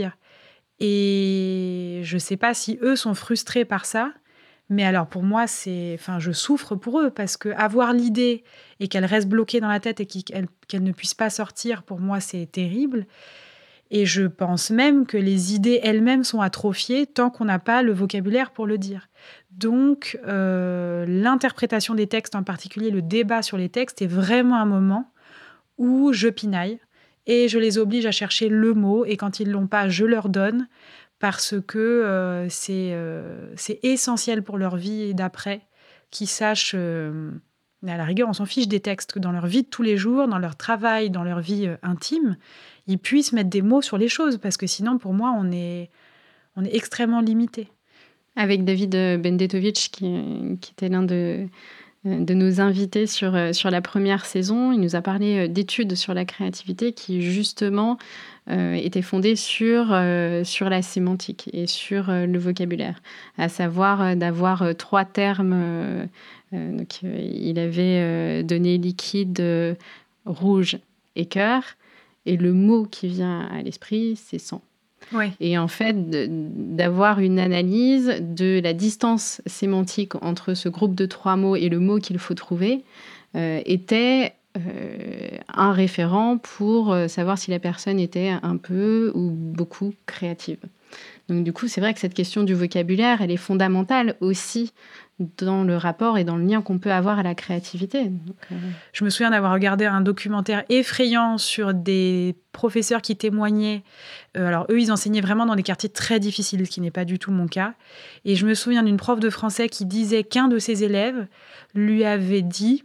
Speaker 3: Et je ne sais pas si eux sont frustrés par ça, mais alors pour moi, c'est, enfin, je souffre pour eux, parce qu'avoir l'idée et qu'elle reste bloquée dans la tête et qu'elle, qu'elle ne puisse pas sortir, pour moi, c'est terrible. Et je pense même que les idées elles-mêmes sont atrophiées tant qu'on n'a pas le vocabulaire pour le dire. Donc, euh, l'interprétation des textes, en particulier le débat sur les textes, est vraiment un moment où je pinaille et je les oblige à chercher le mot. Et quand ils ne l'ont pas, je leur donne, parce que euh, c'est, euh, c'est essentiel pour leur vie d'après qu'ils sachent... Euh, à la rigueur, on s'en fiche des textes, dans leur vie de tous les jours, dans leur travail, dans leur vie euh, intime, ils puissent mettre des mots sur les choses, parce que sinon, pour moi, on est, on est extrêmement limité.
Speaker 2: Avec David Bendetovic, qui, qui était l'un de, de nos invités sur, sur la première saison, il nous a parlé d'études sur la créativité qui, justement, euh, étaient fondées sur, euh, sur la sémantique et sur euh, le vocabulaire, à savoir euh, d'avoir euh, trois termes. Euh, euh, donc, euh, il avait euh, donné liquide, euh, rouge et cœur, et le mot qui vient à l'esprit, c'est sang.
Speaker 3: Ouais.
Speaker 2: Et en fait, de, d'avoir une analyse de la distance sémantique entre ce groupe de trois mots et le mot qu'il faut trouver euh, était euh, un référent pour euh, savoir si la personne était un peu ou beaucoup créative. Donc du coup, c'est vrai que cette question du vocabulaire, elle est fondamentale aussi dans le rapport et dans le lien qu'on peut avoir à la créativité. Donc, euh...
Speaker 3: Je me souviens d'avoir regardé un documentaire effrayant sur des professeurs qui témoignaient. Euh, alors eux, ils enseignaient vraiment dans des quartiers très difficiles, ce qui n'est pas du tout mon cas. Et je me souviens d'une prof de français qui disait qu'un de ses élèves lui avait dit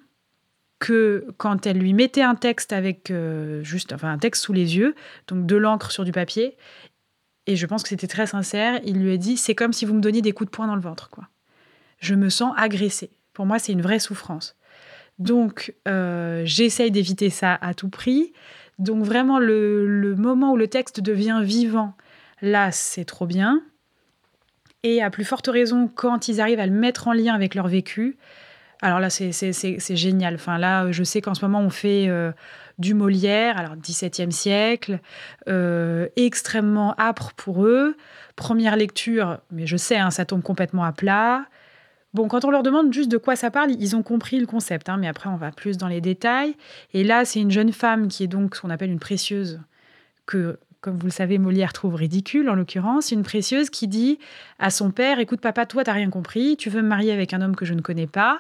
Speaker 3: que quand elle lui mettait un texte avec euh, juste, enfin un texte sous les yeux, donc de l'encre sur du papier, et je pense que c'était très sincère, il lui a dit « c'est comme si vous me donniez des coups de poing dans le ventre, quoi. Je me sens agressée. Pour moi, c'est une vraie souffrance. » Donc, euh, j'essaye d'éviter ça à tout prix. Donc, vraiment, le, le moment où le texte devient vivant, là, c'est trop bien. Et à plus forte raison, quand ils arrivent à le mettre en lien avec leur vécu, Alors là, c'est, c'est, c'est, c'est génial. Enfin, là, je sais qu'en ce moment, on fait euh, du Molière, alors dix-septième siècle, euh, extrêmement âpre pour eux. Première lecture, mais je sais, hein, ça tombe complètement à plat. Bon, quand on leur demande juste de quoi ça parle, ils ont compris le concept, hein, mais après, on va plus dans les détails. Et là, c'est une jeune femme qui est donc ce qu'on appelle une précieuse, que, comme vous le savez, Molière trouve ridicule, en l'occurrence. Une précieuse qui dit à son père, « Écoute, papa, toi, t'as rien compris, tu veux me marier avec un homme que je ne connais pas.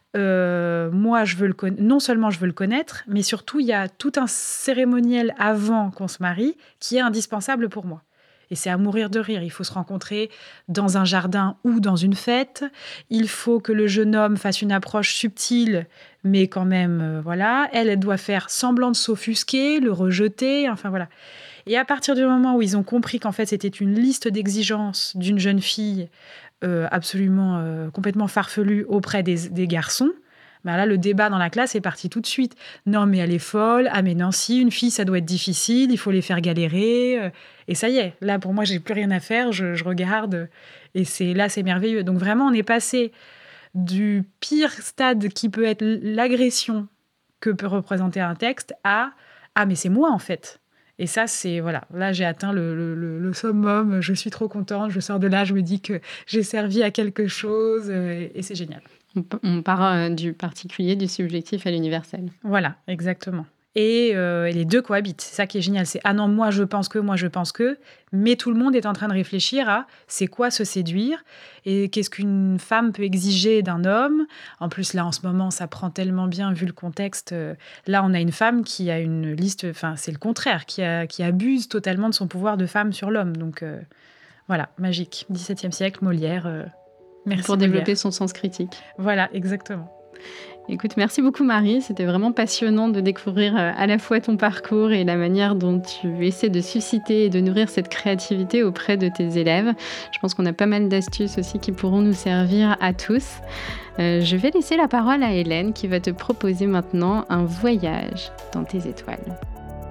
Speaker 3: Euh, moi, je veux le con- non seulement je veux le connaître, mais surtout, il y a tout un cérémoniel avant qu'on se marie qui est indispensable pour moi. » Et c'est à mourir de rire. Il faut se rencontrer dans un jardin ou dans une fête. Il faut que le jeune homme fasse une approche subtile, mais quand même, euh, voilà. Elle, elle doit faire semblant de s'offusquer, le rejeter, enfin voilà. Et à partir du moment où ils ont compris qu'en fait, c'était une liste d'exigences d'une jeune fille euh, absolument, euh, complètement farfelue auprès des, des garçons, ben là, le débat dans la classe est parti tout de suite. Non, mais elle est folle. Ah, mais Nancy, une fille, ça doit être difficile. Il faut les faire galérer. Et ça y est, là, pour moi, j'ai plus rien à faire. Je, je regarde. Et c'est, là, c'est merveilleux. Donc, vraiment, on est passé du pire stade qui peut être l'agression que peut représenter un texte à « Ah, mais c'est moi, en fait ». Et ça, c'est, voilà, là, j'ai atteint le, le, le, le summum. Je suis trop contente. Je sors de là, je me dis que j'ai servi à quelque chose. Et, et c'est génial.
Speaker 2: On part euh, du particulier, du subjectif à l'universel.
Speaker 3: Voilà, exactement. Et, euh, et les deux cohabitent. C'est ça qui est génial. C'est « Ah non, moi je pense que, moi je pense que », mais tout le monde est en train de réfléchir à c'est quoi se séduire et qu'est-ce qu'une femme peut exiger d'un homme. En plus, là, en ce moment, ça prend tellement bien vu le contexte. Là, on a une femme qui a une liste, enfin, c'est le contraire, qui, a, qui abuse totalement de son pouvoir de femme sur l'homme. Donc, euh, voilà, magique. dix-septième siècle, Molière. Euh, merci
Speaker 2: Pour
Speaker 3: Molière.
Speaker 2: développer son sens critique.
Speaker 3: Voilà, exactement.
Speaker 2: Écoute, merci beaucoup Marie, c'était vraiment passionnant de découvrir à la fois ton parcours et la manière dont tu essaies de susciter et de nourrir cette créativité auprès de tes élèves. Je pense qu'on a pas mal d'astuces aussi qui pourront nous servir à tous. Euh, je vais laisser la parole à Hélène qui va te proposer maintenant un voyage dans tes étoiles.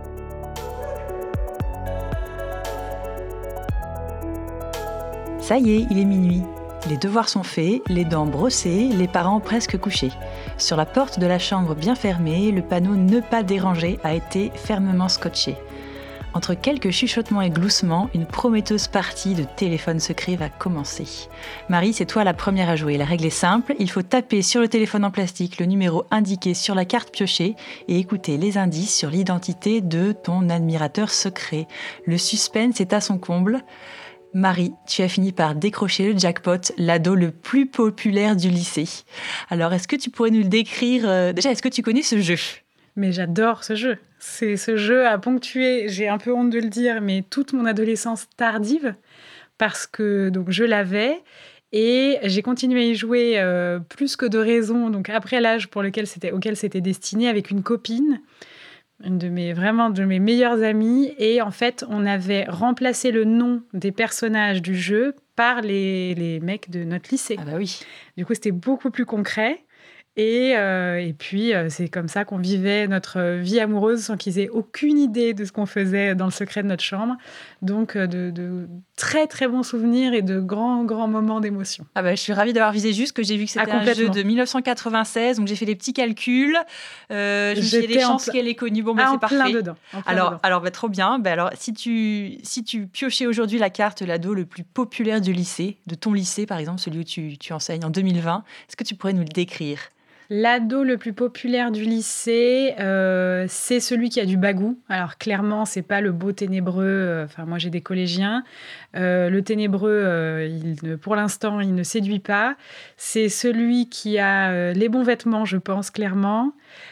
Speaker 1: Ça y est, il est minuit. Les devoirs sont faits, les dents brossées, les parents presque couchés. Sur la porte de la chambre bien fermée, le panneau « Ne pas déranger » a été fermement scotché. Entre quelques chuchotements et gloussements, une prometteuse partie de téléphone secret va commencer. Marie, c'est toi la première à jouer. La règle est simple, il faut taper sur le téléphone en plastique le numéro indiqué sur la carte piochée et écouter les indices sur l'identité de ton admirateur secret. Le suspense est à son comble. Marie, tu as fini par décrocher le jackpot, l'ado le plus populaire du lycée. Alors, est-ce que tu pourrais nous le décrire euh, Déjà, est-ce que tu connais ce jeu ?
Speaker 3: Mais j'adore ce jeu. C'est ce jeu a ponctué, j'ai un peu honte de le dire, mais toute mon adolescence tardive, parce que donc je l'avais et j'ai continué à y jouer euh, plus que de raison. Donc après l'âge pour lequel c'était, auquel c'était destiné, avec une copine. Une de mes, vraiment de mes meilleures amies. Et en fait, on avait remplacé le nom des personnages du jeu par les, les mecs de notre lycée.
Speaker 1: Ah bah oui.
Speaker 3: Du coup, c'était beaucoup plus concret. Et, euh, et puis, euh, c'est comme ça qu'on vivait notre vie amoureuse sans qu'ils aient aucune idée de ce qu'on faisait dans le secret de notre chambre. Donc, euh, de, de très, très bons souvenirs et de grands, grands moments d'émotion.
Speaker 1: Ah bah, je suis ravie d'avoir visé juste, que j'ai vu que c'était
Speaker 3: ah,
Speaker 1: un jeu de dix-neuf cent quatre-vingt-seize. Donc, j'ai fait les petits calculs. Euh, je me suis dit, les chances pl- qu'elle ait connu. Bon, bah,
Speaker 3: ah,
Speaker 1: c'est parfait.
Speaker 3: Plein dedans, en plein
Speaker 1: alors,
Speaker 3: dedans.
Speaker 1: alors bah, trop bien. Bah, alors, si tu, si tu piochais aujourd'hui la carte, l'ado le plus populaire du lycée, de ton lycée, par exemple, celui où tu, tu enseignes en deux mille vingt, est-ce que tu pourrais nous le décrire ?
Speaker 3: L'ado le plus populaire du lycée, euh, c'est celui qui a du bagou. Alors clairement, c'est pas le beau ténébreux. Enfin, euh, moi j'ai des collégiens. Euh, le ténébreux, euh, il ne, pour l'instant, il ne séduit pas. C'est celui qui a euh, les bons vêtements, je pense clairement.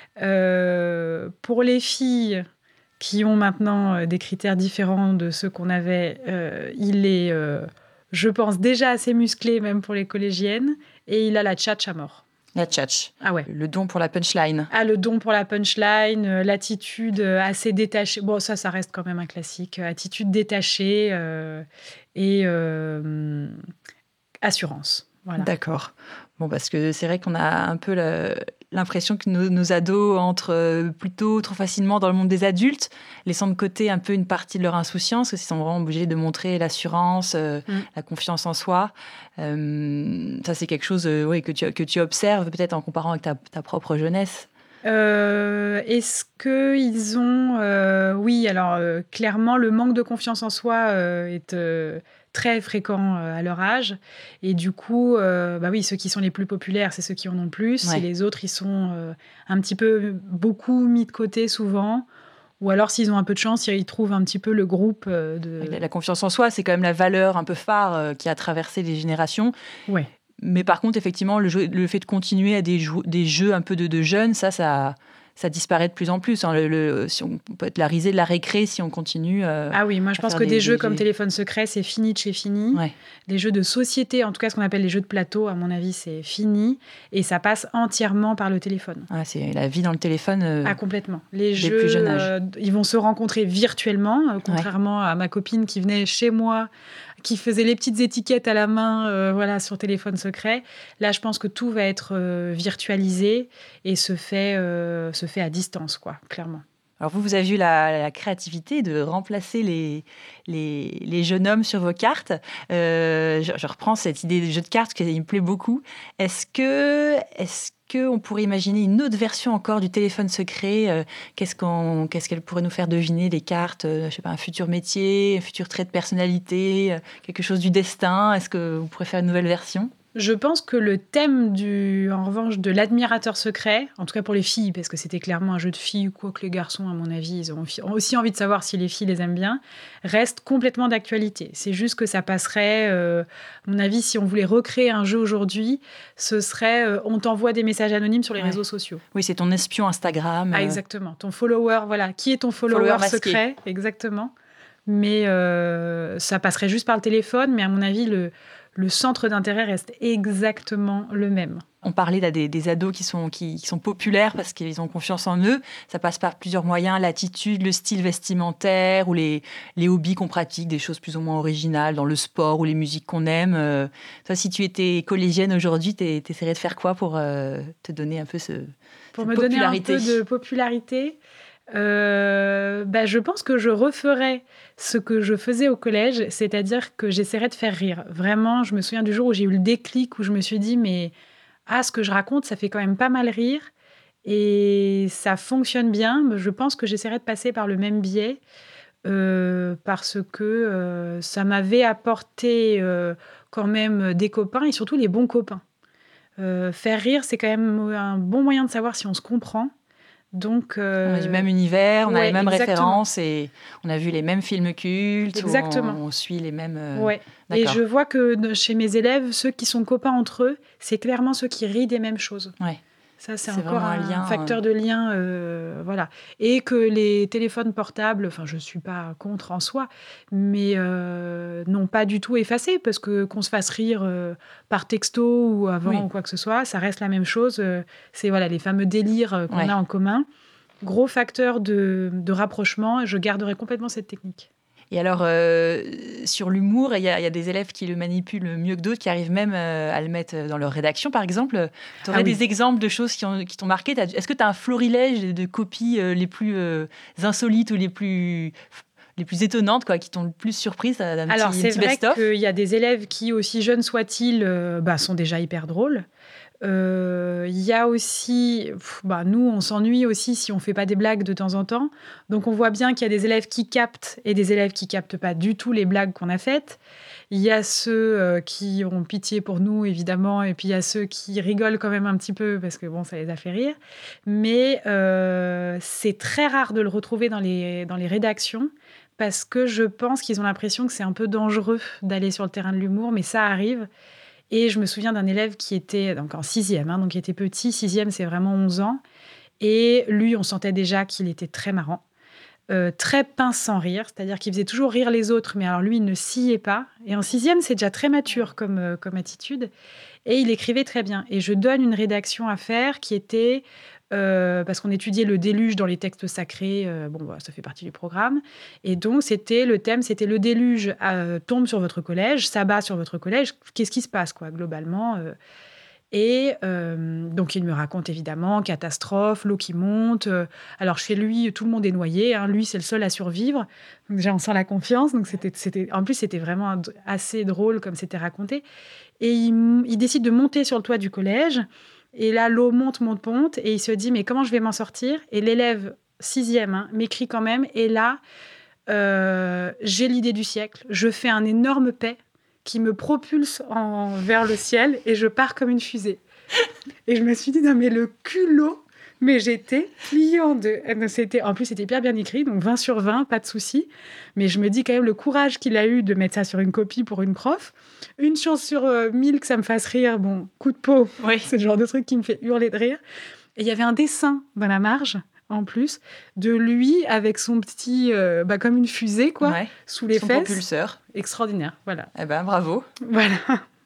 Speaker 3: Euh, pour les filles qui ont maintenant euh, des critères différents de ceux qu'on avait, euh, il est, euh, je pense, déjà assez musclé même pour les collégiennes, et il a la tchatche à mort.
Speaker 1: La tchatche.
Speaker 3: Ah ouais.
Speaker 1: Le don pour la punchline.
Speaker 3: Ah, le don pour la punchline, euh, l'attitude assez détachée. Bon, ça, ça reste quand même un classique. Attitude détachée euh, et euh, assurance. Voilà.
Speaker 1: D'accord. Bon, parce que c'est vrai qu'on a un peu le, l'impression que nos, nos ados entrent euh, plutôt trop facilement dans le monde des adultes, laissant de côté un peu une partie de leur insouciance, parce qu'ils sont vraiment obligés de montrer l'assurance, euh, mm. la confiance en soi. Euh, ça, c'est quelque chose euh, oui, que, tu, que tu observes peut-être en comparant avec ta, ta propre jeunesse.
Speaker 3: Euh, est-ce qu'ils ont... Euh, oui, alors euh, clairement, le manque de confiance en soi euh, est euh, très fréquent euh, à leur âge. Et du coup, euh, bah oui, ceux qui sont les plus populaires, c'est ceux qui en ont le plus. Ouais. Et les autres, ils sont euh, un petit peu, beaucoup mis de côté souvent. Ou alors, s'ils ont un peu de chance, ils trouvent un petit peu le groupe euh, de...
Speaker 1: La, la confiance en soi, c'est quand même la valeur un peu phare euh, qui a traversé les générations.
Speaker 3: Ouais.
Speaker 1: Mais par contre, effectivement, le, jeu, le fait de continuer à des, jou- des jeux un peu de, de jeunes, ça, ça, ça disparaît de plus en plus. Hein. Le, le, si on, on peut être la risée de la récré si on continue. Euh,
Speaker 3: ah oui, moi je pense que des, des jeux des, comme des... Téléphone secret, c'est fini de chez fini. Ouais. Les jeux de société, en tout cas ce qu'on appelle les jeux de plateau, à mon avis, c'est fini. Et ça passe entièrement par le téléphone.
Speaker 1: Ah, c'est la vie dans le téléphone. Euh,
Speaker 3: ah, complètement. Les jeux, plus jeune âge. Euh, ils vont se rencontrer virtuellement, euh, contrairement ouais. à ma copine qui venait chez moi, qui faisait les petites étiquettes à la main euh, voilà, sur téléphone secret. Là, je pense que tout va être euh, virtualisé et se fait, euh, se fait à distance, quoi, clairement.
Speaker 1: Alors vous, vous avez eu la, la créativité de remplacer les, les, les jeunes hommes sur vos cartes. Euh, je, je reprends cette idée des jeux de cartes qui me plaît beaucoup. Est-ce que... Est-ce qu'on pourrait imaginer une autre version encore du téléphone secret euh, qu'est-ce, qu'on, qu'est-ce qu'elle pourrait nous faire deviner des cartes euh, je sais pas, un futur métier, un futur trait de personnalité, euh, quelque chose du destin. Est-ce que vous pourrez faire une nouvelle version ?
Speaker 3: Je pense que le thème, du, en revanche, de l'admirateur secret, en tout cas pour les filles, parce que c'était clairement un jeu de filles, quoi que les garçons, à mon avis, ils ont aussi envie de savoir si les filles les aiment bien, reste complètement d'actualité. C'est juste que ça passerait, euh, à mon avis, si on voulait recréer un jeu aujourd'hui, ce serait, euh, on t'envoie des messages anonymes sur les ouais. réseaux sociaux.
Speaker 1: Oui, c'est ton espion Instagram.
Speaker 3: Ah, exactement. Ton follower, voilà. Qui est ton follower, follower secret ? Exactement. Mais euh, ça passerait juste par le téléphone, mais à mon avis, le... le centre d'intérêt reste exactement le même.
Speaker 1: On parlait là, des, des ados qui sont, qui, qui sont populaires parce qu'ils ont confiance en eux. Ça passe par plusieurs moyens, l'attitude, le style vestimentaire ou les, les hobbies qu'on pratique, des choses plus ou moins originales dans le sport ou les musiques qu'on aime. Euh, toi, si tu étais collégienne aujourd'hui, tu essaierais de faire quoi pour euh, te donner un peu ce,
Speaker 3: pour
Speaker 1: cette
Speaker 3: me
Speaker 1: popularité ?
Speaker 3: Donner un peu de popularité Euh, bah, je pense que je referais ce que je faisais au collège, c'est-à-dire que j'essaierais de faire rire. Vraiment, je me souviens du jour où j'ai eu le déclic, où je me suis dit, mais ah, ce que je raconte, ça fait quand même pas mal rire et ça fonctionne bien. Je pense que j'essaierais de passer par le même biais euh, parce que euh, ça m'avait apporté euh, quand même des copains et surtout les bons copains. Euh, faire rire, c'est quand même un bon moyen de savoir si on se comprend. Donc, euh...
Speaker 1: on a du même univers, on
Speaker 3: ouais,
Speaker 1: a les mêmes
Speaker 3: exactement.
Speaker 1: références et on a vu les mêmes films cultes.
Speaker 3: Exactement.
Speaker 1: On, on suit les mêmes... Euh...
Speaker 3: Ouais. Et je vois que chez mes élèves, ceux qui sont copains entre eux, c'est clairement ceux qui rient des mêmes choses.
Speaker 1: Ouais.
Speaker 3: Ça, c'est,
Speaker 1: c'est
Speaker 3: encore un,
Speaker 1: un lien,
Speaker 3: facteur
Speaker 1: euh...
Speaker 3: de lien. Euh, voilà. Et que les téléphones portables, enfin, je ne suis pas contre en soi, mais euh, n'ont pas du tout effacé, parce que qu'on se fasse rire euh, par texto ou avant oui. ou quoi que ce soit, ça reste la même chose. Euh, c'est voilà, les fameux délires qu'on ouais. a en commun. Gros facteur de, de rapprochement, et je garderai complètement cette technique.
Speaker 1: Et alors, euh, sur l'humour, il y, y a des élèves qui le manipulent mieux que d'autres, qui arrivent même euh, à le mettre dans leur rédaction, par exemple. Tu aurais ah, des oui. exemples de choses qui, ont, qui t'ont marqué ? Est-ce que tu as un florilège de copies euh, les plus euh, insolites ou les plus... les plus étonnantes, quoi, qui t'ont le plus surprise à un
Speaker 3: Alors,
Speaker 1: petit,
Speaker 3: c'est
Speaker 1: petit
Speaker 3: vrai
Speaker 1: best-of.
Speaker 3: qu'il y a des élèves qui, aussi jeunes soient-ils, euh, bah, sont déjà hyper drôles. Il euh, y a aussi... Pff, bah, nous, on s'ennuie aussi si on ne fait pas des blagues de temps en temps. Donc, on voit bien qu'il y a des élèves qui captent et des élèves qui ne captent pas du tout les blagues qu'on a faites. Il y a ceux euh, qui ont pitié pour nous, évidemment, et puis il y a ceux qui rigolent quand même un petit peu parce que, bon, ça les a fait rire. Mais euh, c'est très rare de le retrouver dans les, dans les rédactions parce que je pense qu'ils ont l'impression que c'est un peu dangereux d'aller sur le terrain de l'humour, mais ça arrive. Et je me souviens d'un élève qui était donc en sixième, hein, donc qui était petit. Sixième, c'est vraiment onze ans. Et lui, on sentait déjà qu'il était très marrant, euh, très pince sans rire, c'est-à-dire qu'il faisait toujours rire les autres, mais alors lui, il ne sciait pas. Et en sixième, c'est déjà très mature comme, euh, comme attitude. Et il écrivait très bien. Et je donne une rédaction à faire qui était... Euh, parce qu'on étudiait le déluge dans les textes sacrés, euh, bon, bah, ça fait partie du programme. Et donc, c'était, le thème, c'était le déluge euh, tombe sur votre collège, s'abat sur votre collège. Qu'est-ce qui se passe, quoi, globalement euh. Et euh, donc, il me raconte évidemment, catastrophe, l'eau qui monte. Euh, alors, chez lui, tout le monde est noyé. Hein, lui, c'est le seul à survivre. Donc, déjà, on sent la confiance. Donc, c'était, c'était... En plus, c'était vraiment assez drôle comme c'était raconté. Et il, il décide de monter sur le toit du collège. Et là, l'eau monte, monte, monte. Et il se dit, mais comment je vais m'en sortir ? Et l'élève sixième hein, m'écrit quand même. Et là, euh, j'ai l'idée du siècle. Je fais un énorme paix qui me propulse en, vers le ciel et je pars comme une fusée. Et je me suis dit, non mais le culot, mais j'étais pliée en deux. C'était, en plus, c'était hyper bien écrit, donc vingt sur vingt, pas de souci. Mais je me dis quand même le courage qu'il a eu de mettre ça sur une copie pour une prof. Une chance sur euh, mille que ça me fasse rire, bon, coup de peau, oui. C'est le genre de truc qui me fait hurler de rire. Et il y avait un dessin dans la marge, en plus, de lui avec son petit, euh, bah, comme une fusée, quoi, ouais, sous les
Speaker 1: son
Speaker 3: fesses.
Speaker 1: Son propulseur.
Speaker 3: Extraordinaire, voilà.
Speaker 1: Eh ben, bravo.
Speaker 3: Voilà.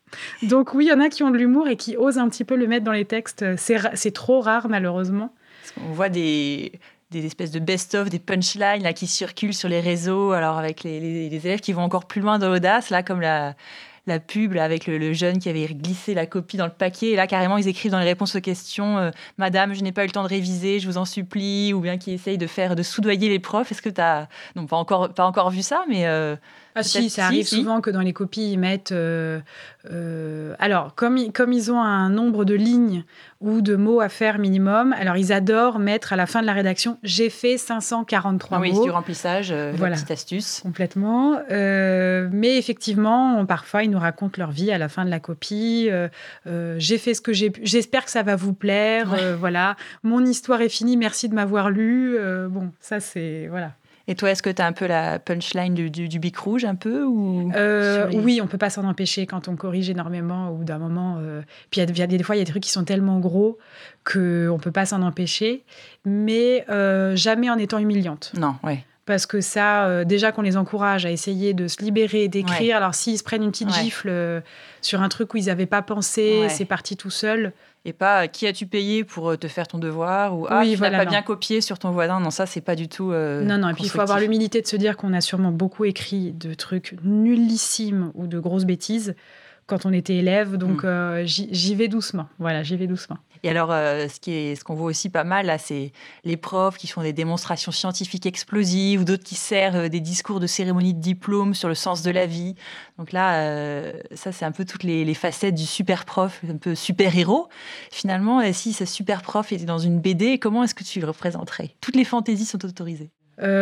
Speaker 3: Donc oui, il y en a qui ont de l'humour et qui osent un petit peu le mettre dans les textes. C'est, ra- c'est trop rare, malheureusement.
Speaker 1: Parce qu'on voit des, des espèces de best-of, des punchlines là, qui circulent sur les réseaux, alors avec les, les, les élèves qui vont encore plus loin dans l'audace, là, comme la... la pub là, avec le, le jeune qui avait glissé la copie dans le paquet. Et là, carrément, ils écrivent dans les réponses aux questions euh, « Madame, je n'ai pas eu le temps de réviser, je vous en supplie », ou bien qui essayent de faire, de soudoyer les profs. Est-ce que tu as... Non, pas encore, pas encore vu ça, mais... Euh,
Speaker 3: ah si, ça arrive si, souvent si. Que dans les copies, ils mettent... Euh, euh, alors, comme, comme ils ont un nombre de lignes ou de mots à faire minimum, alors ils adorent mettre à la fin de la rédaction « J'ai fait cinq cent quarante-trois ah oui, mots ».
Speaker 1: Oui, c'est du remplissage, euh, voilà. La petite astuce.
Speaker 3: Complètement. Euh, mais effectivement, on, parfois, ils nous racontent leur vie à la fin de la copie. Euh, euh, j'ai fait ce que j'ai pu. J'espère que ça va vous plaire. Ouais. Euh, voilà. Mon histoire est finie. Merci de m'avoir lu. Euh, bon, ça, c'est... Voilà.
Speaker 1: Et toi, est-ce que tu as un peu la punchline du, du, du bic rouge, un peu ou
Speaker 3: euh, les... Oui, on ne peut pas s'en empêcher quand on corrige énormément. Au bout d'un moment... Euh... Puis, il y a des fois, il y a des trucs qui sont tellement gros qu'on ne peut pas s'en empêcher. Mais euh, jamais en étant humiliante.
Speaker 1: Non, oui.
Speaker 3: Parce que ça, euh, déjà qu'on les encourage à essayer de se libérer, d'écrire. Ouais. Alors, s'ils se prennent une petite ouais. gifle euh, sur un truc où ils n'avaient pas pensé, ouais. c'est parti tout seul.
Speaker 1: Et pas qui as-tu payé pour te faire ton devoir ou ah,
Speaker 3: oui,
Speaker 1: tu
Speaker 3: voilà,
Speaker 1: n'as pas
Speaker 3: non.
Speaker 1: bien copié sur ton voisin. Non, ça, c'est pas du tout euh,
Speaker 3: Non, non, et puis il faut avoir l'humilité de se dire qu'on a sûrement beaucoup écrit de trucs nullissimes ou de grosses bêtises quand on était élève. Donc, mmh. euh, j'y, j'y vais doucement. Voilà, j'y vais doucement.
Speaker 1: Et alors, euh, ce, qui est, ce qu'on voit aussi pas mal, là, c'est les profs qui font des démonstrations scientifiques explosives ou d'autres qui servent des discours de cérémonie de diplôme sur le sens de la vie. Donc là, euh, ça, c'est un peu toutes les, les facettes du super prof, un peu super-héros. Finalement, si ce super prof était dans une B D, comment est-ce que tu le représenterais ? Toutes les fantaisies sont autorisées.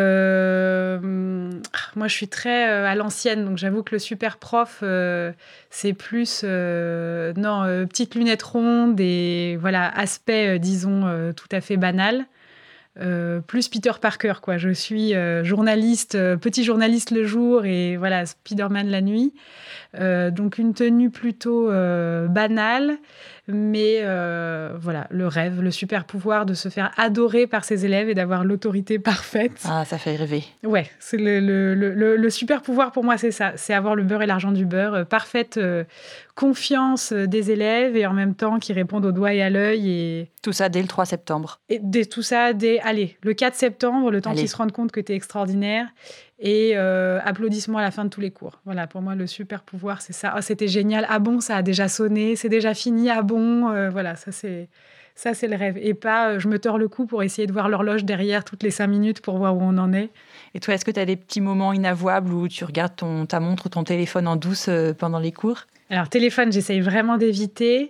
Speaker 3: Euh, moi, je suis très euh, à l'ancienne, donc j'avoue que le super prof, euh, c'est plus euh, non euh, petites lunettes rondes et voilà aspect, euh, disons euh, tout à fait banal. Euh, plus Peter Parker, quoi. Je suis euh, journaliste, euh, petit journaliste le jour et voilà Spider-Man la nuit. Euh, donc une tenue plutôt euh, banale, mais euh, voilà, le rêve, le super pouvoir de se faire adorer par ses élèves et d'avoir l'autorité parfaite.
Speaker 1: Ah, ça fait rêver.
Speaker 3: Ouais, c'est le, le, le, le super pouvoir pour moi, c'est ça, c'est avoir le beurre et l'argent du beurre, euh, parfaite euh, confiance des élèves et en même temps qui répondent au doigt et à l'œil. Et...
Speaker 1: Tout ça dès le trois septembre.
Speaker 3: Et dès, tout ça dès, allez, le quatre septembre, le temps allez. Qu'ils se rendent compte que t'es extraordinaire. Et euh, applaudissements à la fin de tous les cours. Voilà, pour moi, le super pouvoir, c'est ça. Oh, c'était génial. Ah bon, ça a déjà sonné. C'est déjà fini. Ah bon, euh, voilà, ça c'est, ça, c'est le rêve. Et pas, euh, je me tords le cou pour essayer de voir l'horloge derrière toutes les cinq minutes pour voir où on en est.
Speaker 1: Et toi, est-ce que tu as des petits moments inavouables où tu regardes ton, ta montre ou ton téléphone en douce euh, pendant les cours ?
Speaker 3: Alors, téléphone, j'essaye vraiment d'éviter.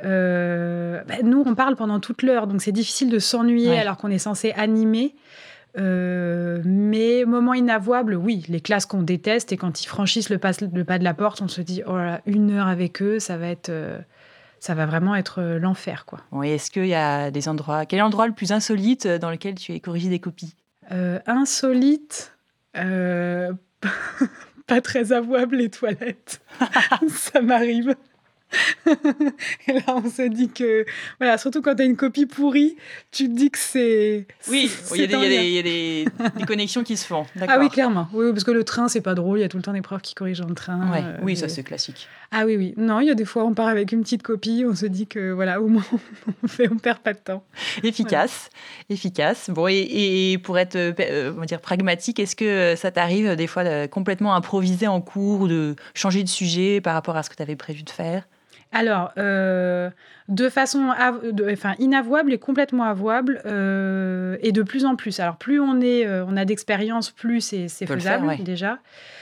Speaker 3: Euh, bah, nous, on parle pendant toute l'heure, donc c'est difficile de s'ennuyer ouais. alors qu'on est censé animer. Euh, mais moment inavouable, oui, les classes qu'on déteste et quand ils franchissent le pas, le pas de la porte, on se dit oh là là, une heure avec eux, ça va être, euh, ça va vraiment être euh, l'enfer, quoi.
Speaker 1: Bon, et est-ce qu'il y a des endroits, quel est l'endroit le plus insolite dans lequel tu as corrigé des copies ?
Speaker 3: euh, Insolite, euh, pas très avouable les toilettes, ça m'arrive. Et là, on se dit que, voilà, surtout quand tu as une copie pourrie, tu te dis que c'est.
Speaker 1: Oui, il y a, des, y a, des, y a des, des connexions qui se font. D'accord.
Speaker 3: Ah oui, clairement. Oui, parce que le train, c'est pas drôle. Il y a tout le temps des profs qui corrigent dans le train.
Speaker 1: Ouais,
Speaker 3: euh,
Speaker 1: oui,
Speaker 3: et...
Speaker 1: ça, c'est classique.
Speaker 3: Ah oui, oui. Non, il y a des fois, on part avec une petite copie, on se dit que, voilà, au moins, on fait, on perd pas de temps.
Speaker 1: Efficace, voilà. efficace. Bon, et, et pour être, euh, on va dire, pragmatique, est-ce que ça t'arrive des fois de complètement improviser en cours ou de changer de sujet par rapport à ce que tu avais prévu de faire ?
Speaker 3: Alors, euh, de façon av- de- enfin, inavouable et complètement avouable, euh, et de plus en plus. Alors, plus on, est, euh, on a d'expérience, plus c'est, c'est
Speaker 1: On peut le
Speaker 3: faisable,
Speaker 1: faire, ouais.
Speaker 3: déjà.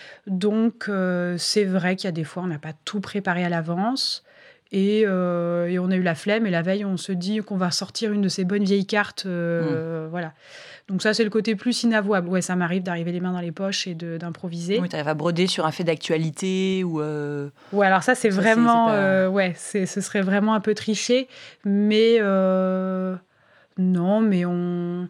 Speaker 3: Donc, euh, c'est vrai qu'il y a des fois, on n'a pas tout préparé à l'avance. Et, euh, et on a eu la flemme. Et la veille, on se dit qu'on va sortir une de ces bonnes vieilles cartes. euh, Voilà. Donc ça, c'est le côté plus inavouable. Ouais, ça m'arrive d'arriver les mains dans les poches et de, d'improviser.
Speaker 1: Oui, tu arrives à broder sur un fait d'actualité ou... Euh...
Speaker 3: Ouais, alors ça, c'est
Speaker 1: Ça,
Speaker 3: vraiment...
Speaker 1: c'est, c'est pas...
Speaker 3: euh, ouais, c'est, ce serait vraiment un peu triché. Mais euh, non, mais on...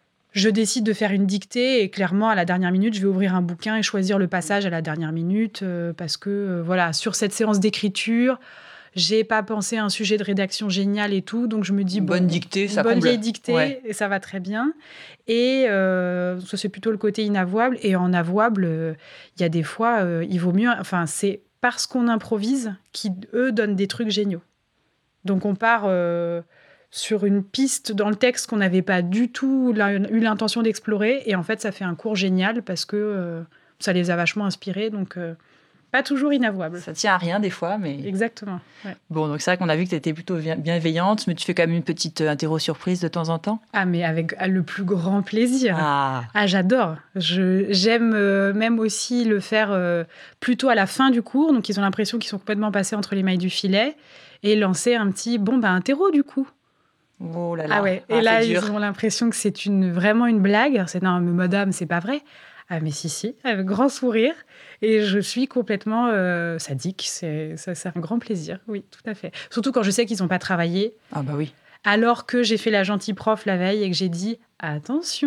Speaker 3: Je décide de faire une dictée et clairement, à la dernière minute, je vais ouvrir un bouquin et choisir le passage à la dernière minute euh, parce que, euh, voilà, sur cette séance d'écriture, j'ai pas pensé à un sujet de rédaction génial et tout, donc je me dis...
Speaker 1: Une
Speaker 3: bon,
Speaker 1: bonne dictée, ça
Speaker 3: une bonne
Speaker 1: comble.
Speaker 3: vieille dictée,
Speaker 1: Ouais.
Speaker 3: et ça va très bien. Et euh, ça, c'est plutôt le côté inavouable. Et en avouable, il euh, y a des fois, euh, il vaut mieux... Enfin, c'est parce qu'on improvise qui, eux, donnent des trucs géniaux. Donc, on part... Euh, sur une piste dans le texte qu'on n'avait pas du tout eu l'intention d'explorer. Et en fait, ça fait un cours génial parce que euh, ça les a vachement inspirés. Donc, euh, pas toujours inavouable.
Speaker 1: Ça tient à rien des fois, mais...
Speaker 3: Exactement. Ouais.
Speaker 1: Bon, donc c'est vrai qu'on a vu que tu étais plutôt bienveillante, mais tu fais quand même une petite interro surprise de temps en temps.
Speaker 3: Ah, mais avec le plus grand plaisir.
Speaker 1: Ah,
Speaker 3: ah j'adore. Je, j'aime euh, même aussi le faire euh, plutôt à la fin du cours. Donc, ils ont l'impression qu'ils sont complètement passés entre les mailles du filet. Et lancer un petit, bon, bah, interro du coup.
Speaker 1: Oh là là.
Speaker 3: Ah ouais,
Speaker 1: ah,
Speaker 3: et là,
Speaker 1: c'est dur.
Speaker 3: ils ont l'impression que c'est une, vraiment une blague. C'est non, mais madame, c'est pas vrai. Ah, mais si, si, avec grand sourire. Et je suis complètement euh, sadique. C'est, ça, c'est un grand plaisir, oui, tout à fait. Surtout quand je sais qu'ils n'ont pas travaillé.
Speaker 1: Ah bah oui.
Speaker 3: Alors que j'ai fait la gentille prof la veille et que j'ai dit « Attention !»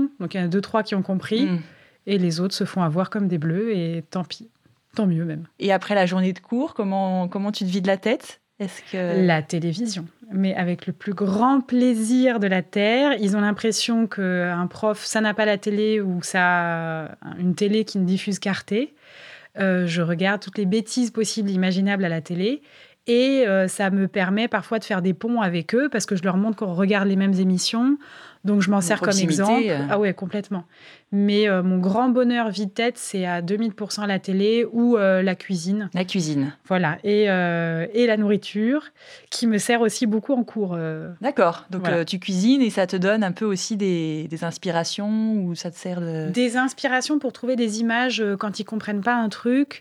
Speaker 3: Donc, il y en a deux, trois qui ont compris. Mm. Et les autres se font avoir comme des bleus. Et tant pis, tant mieux même.
Speaker 1: Et après la journée de cours, comment, comment tu te vides la tête ? Est-ce que...
Speaker 3: La télévision, mais avec le plus grand plaisir de la Terre. Ils ont l'impression qu'un prof, ça n'a pas la télé ou ça a une télé qui ne diffuse qu'Arte. Euh, je regarde toutes les bêtises possibles, imaginables à la télé. Et euh, ça me permet parfois de faire des ponts avec eux parce que je leur montre qu'on regarde les mêmes émissions. Donc, je m'en sers comme exemple. Euh... Ah ouais, complètement. Mais euh, mon grand bonheur vie-tête, c'est à deux mille pour cent la télé ou euh, la cuisine.
Speaker 1: La cuisine.
Speaker 3: Voilà. Et, euh, et la nourriture, qui me sert aussi beaucoup en cours. Euh...
Speaker 1: D'accord. Donc, voilà. euh, tu cuisines et ça te donne un peu aussi des, des inspirations ou ça te sert de...
Speaker 3: Des inspirations pour trouver des images euh, quand ils ne comprennent pas un truc.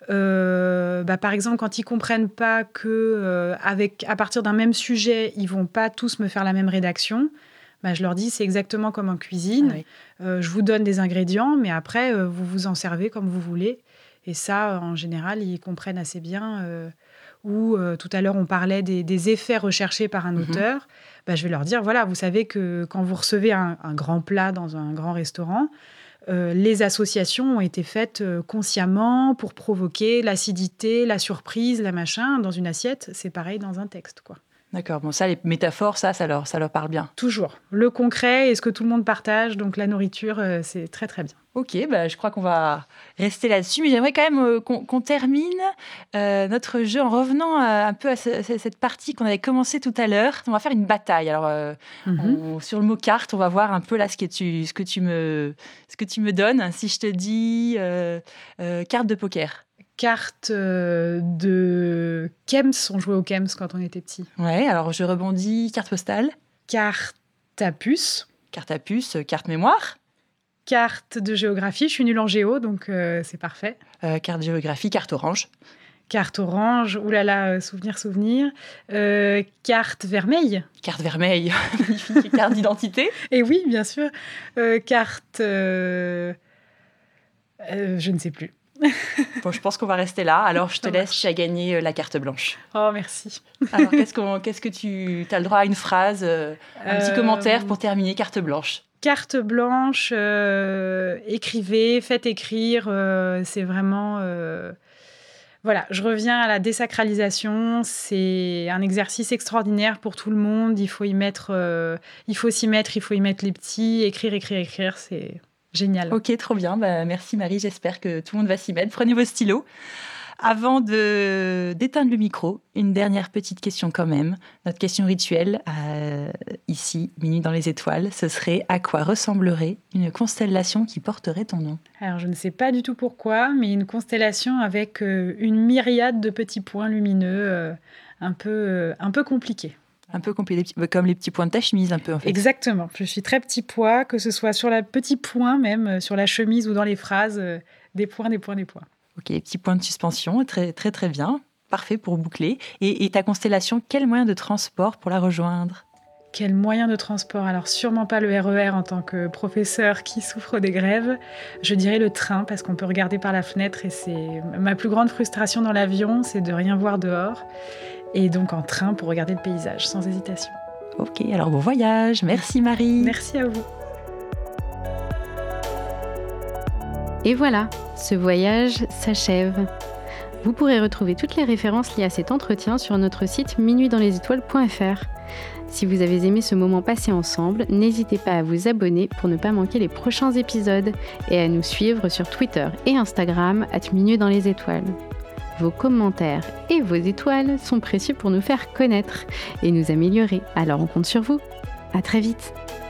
Speaker 3: Euh, bah, par exemple, quand ils ne comprennent pas que euh, avec, à partir d'un même sujet, ils ne vont pas tous me faire la même rédaction, bah, je leur dis c'est exactement comme en cuisine. Ah oui. euh, je vous donne des ingrédients, mais après, euh, vous vous en servez comme vous voulez. Et ça, en général, ils comprennent assez bien. Euh, ou euh, tout à l'heure, on parlait des, des effets recherchés par un mm-hmm. auteur. Bah, je vais leur dire, voilà, vous savez que quand vous recevez un, un grand plat dans un grand restaurant, Euh, les associations ont été faites euh, consciemment pour provoquer l'acidité, la surprise, la machin. Dans une assiette, c'est pareil dans un texte, quoi.
Speaker 1: D'accord. Bon, ça, les métaphores, ça, ça leur, ça leur parle bien.
Speaker 3: Toujours. Le concret et ce que tout le monde partage, donc la nourriture, euh, c'est très, très bien.
Speaker 1: Ok, bah, je crois qu'on va rester là-dessus, mais j'aimerais quand même euh, qu'on, qu'on termine euh, notre jeu en revenant euh, un peu à, ce, à cette partie qu'on avait commencée tout à l'heure. On va faire une bataille. Alors, euh, mm-hmm. on, sur le mot carte, on va voir un peu là ce que tu, ce que tu, me, ce que tu me donnes. Si je te dis euh, euh, carte de poker.
Speaker 3: Carte euh, de Kems, on jouait au Kems quand on était petit.
Speaker 1: Ouais, alors je rebondis, carte postale.
Speaker 3: Carte à puce.
Speaker 1: Carte à puce, carte mémoire.
Speaker 3: Carte de géographie, je suis nulle en géo, donc euh, c'est parfait.
Speaker 1: Euh, carte géographie, carte orange.
Speaker 3: Carte orange, oulala, euh, souvenir, souvenir. Euh, carte vermeille.
Speaker 1: Carte vermeille, magnifique. Carte d'identité.
Speaker 3: Et oui, bien sûr. Euh, carte... Euh, euh, je ne sais plus.
Speaker 1: Bon, je pense qu'on va rester là. Alors, je te laisse, tu as gagné la carte blanche.
Speaker 3: Oh, merci.
Speaker 1: Alors, qu'est-ce, qu'on, qu'est-ce que tu... Tu as le droit à une phrase, euh, un petit euh... commentaire pour terminer, carte blanche.
Speaker 3: Carte blanche, euh, écrivez, faites écrire. Euh, c'est vraiment... Euh... Voilà, je reviens à la désacralisation. C'est un exercice extraordinaire pour tout le monde. Il faut y mettre... Euh, il faut s'y mettre, il faut y mettre les petits. Écrire, écrire, écrire, c'est... génial.
Speaker 1: Ok, trop bien. Bah, merci Marie, j'espère que tout le monde va s'y mettre. Prenez vos stylos. Avant de, d'éteindre le micro, une dernière petite question quand même. Notre question rituelle, euh, ici, Minuit dans les étoiles, ce serait: à quoi ressemblerait une constellation qui porterait ton nom ?
Speaker 3: Alors, je ne sais pas du tout pourquoi, mais une constellation avec euh, une myriade de petits points lumineux, euh, un peu, euh, un peu compliqués.
Speaker 1: Un peu compliqué, comme les petits points de ta chemise, un peu en fait.
Speaker 3: Exactement. Je suis très petit pois, que ce soit sur le petit point même, euh, sur la chemise ou dans les phrases, euh, des points, des points, des points.
Speaker 1: Ok, petit point de suspension, très très très bien, parfait pour boucler. Et, et ta constellation, quel moyen de transport pour la rejoindre ?
Speaker 3: Quel moyen de transport ? Alors sûrement pas le R E R en tant que professeur qui souffre des grèves. Je dirais le train parce qu'on peut regarder par la fenêtre et c'est ma plus grande frustration dans l'avion, c'est de rien voir dehors. Et donc en train pour regarder le paysage, sans hésitation.
Speaker 1: Ok, alors bon voyage. Merci Marie.
Speaker 3: Merci à vous.
Speaker 2: Et voilà, ce voyage s'achève. Vous pourrez retrouver toutes les références liées à cet entretien sur notre site minuit dans les étoiles point f r. Si vous avez aimé ce moment passé ensemble, n'hésitez pas à vous abonner pour ne pas manquer les prochains épisodes et à nous suivre sur Twitter et Instagram arobase minuit dans les étoiles. Vos commentaires et vos étoiles sont précieux pour nous faire connaître et nous améliorer, alors on compte sur vous. À très vite.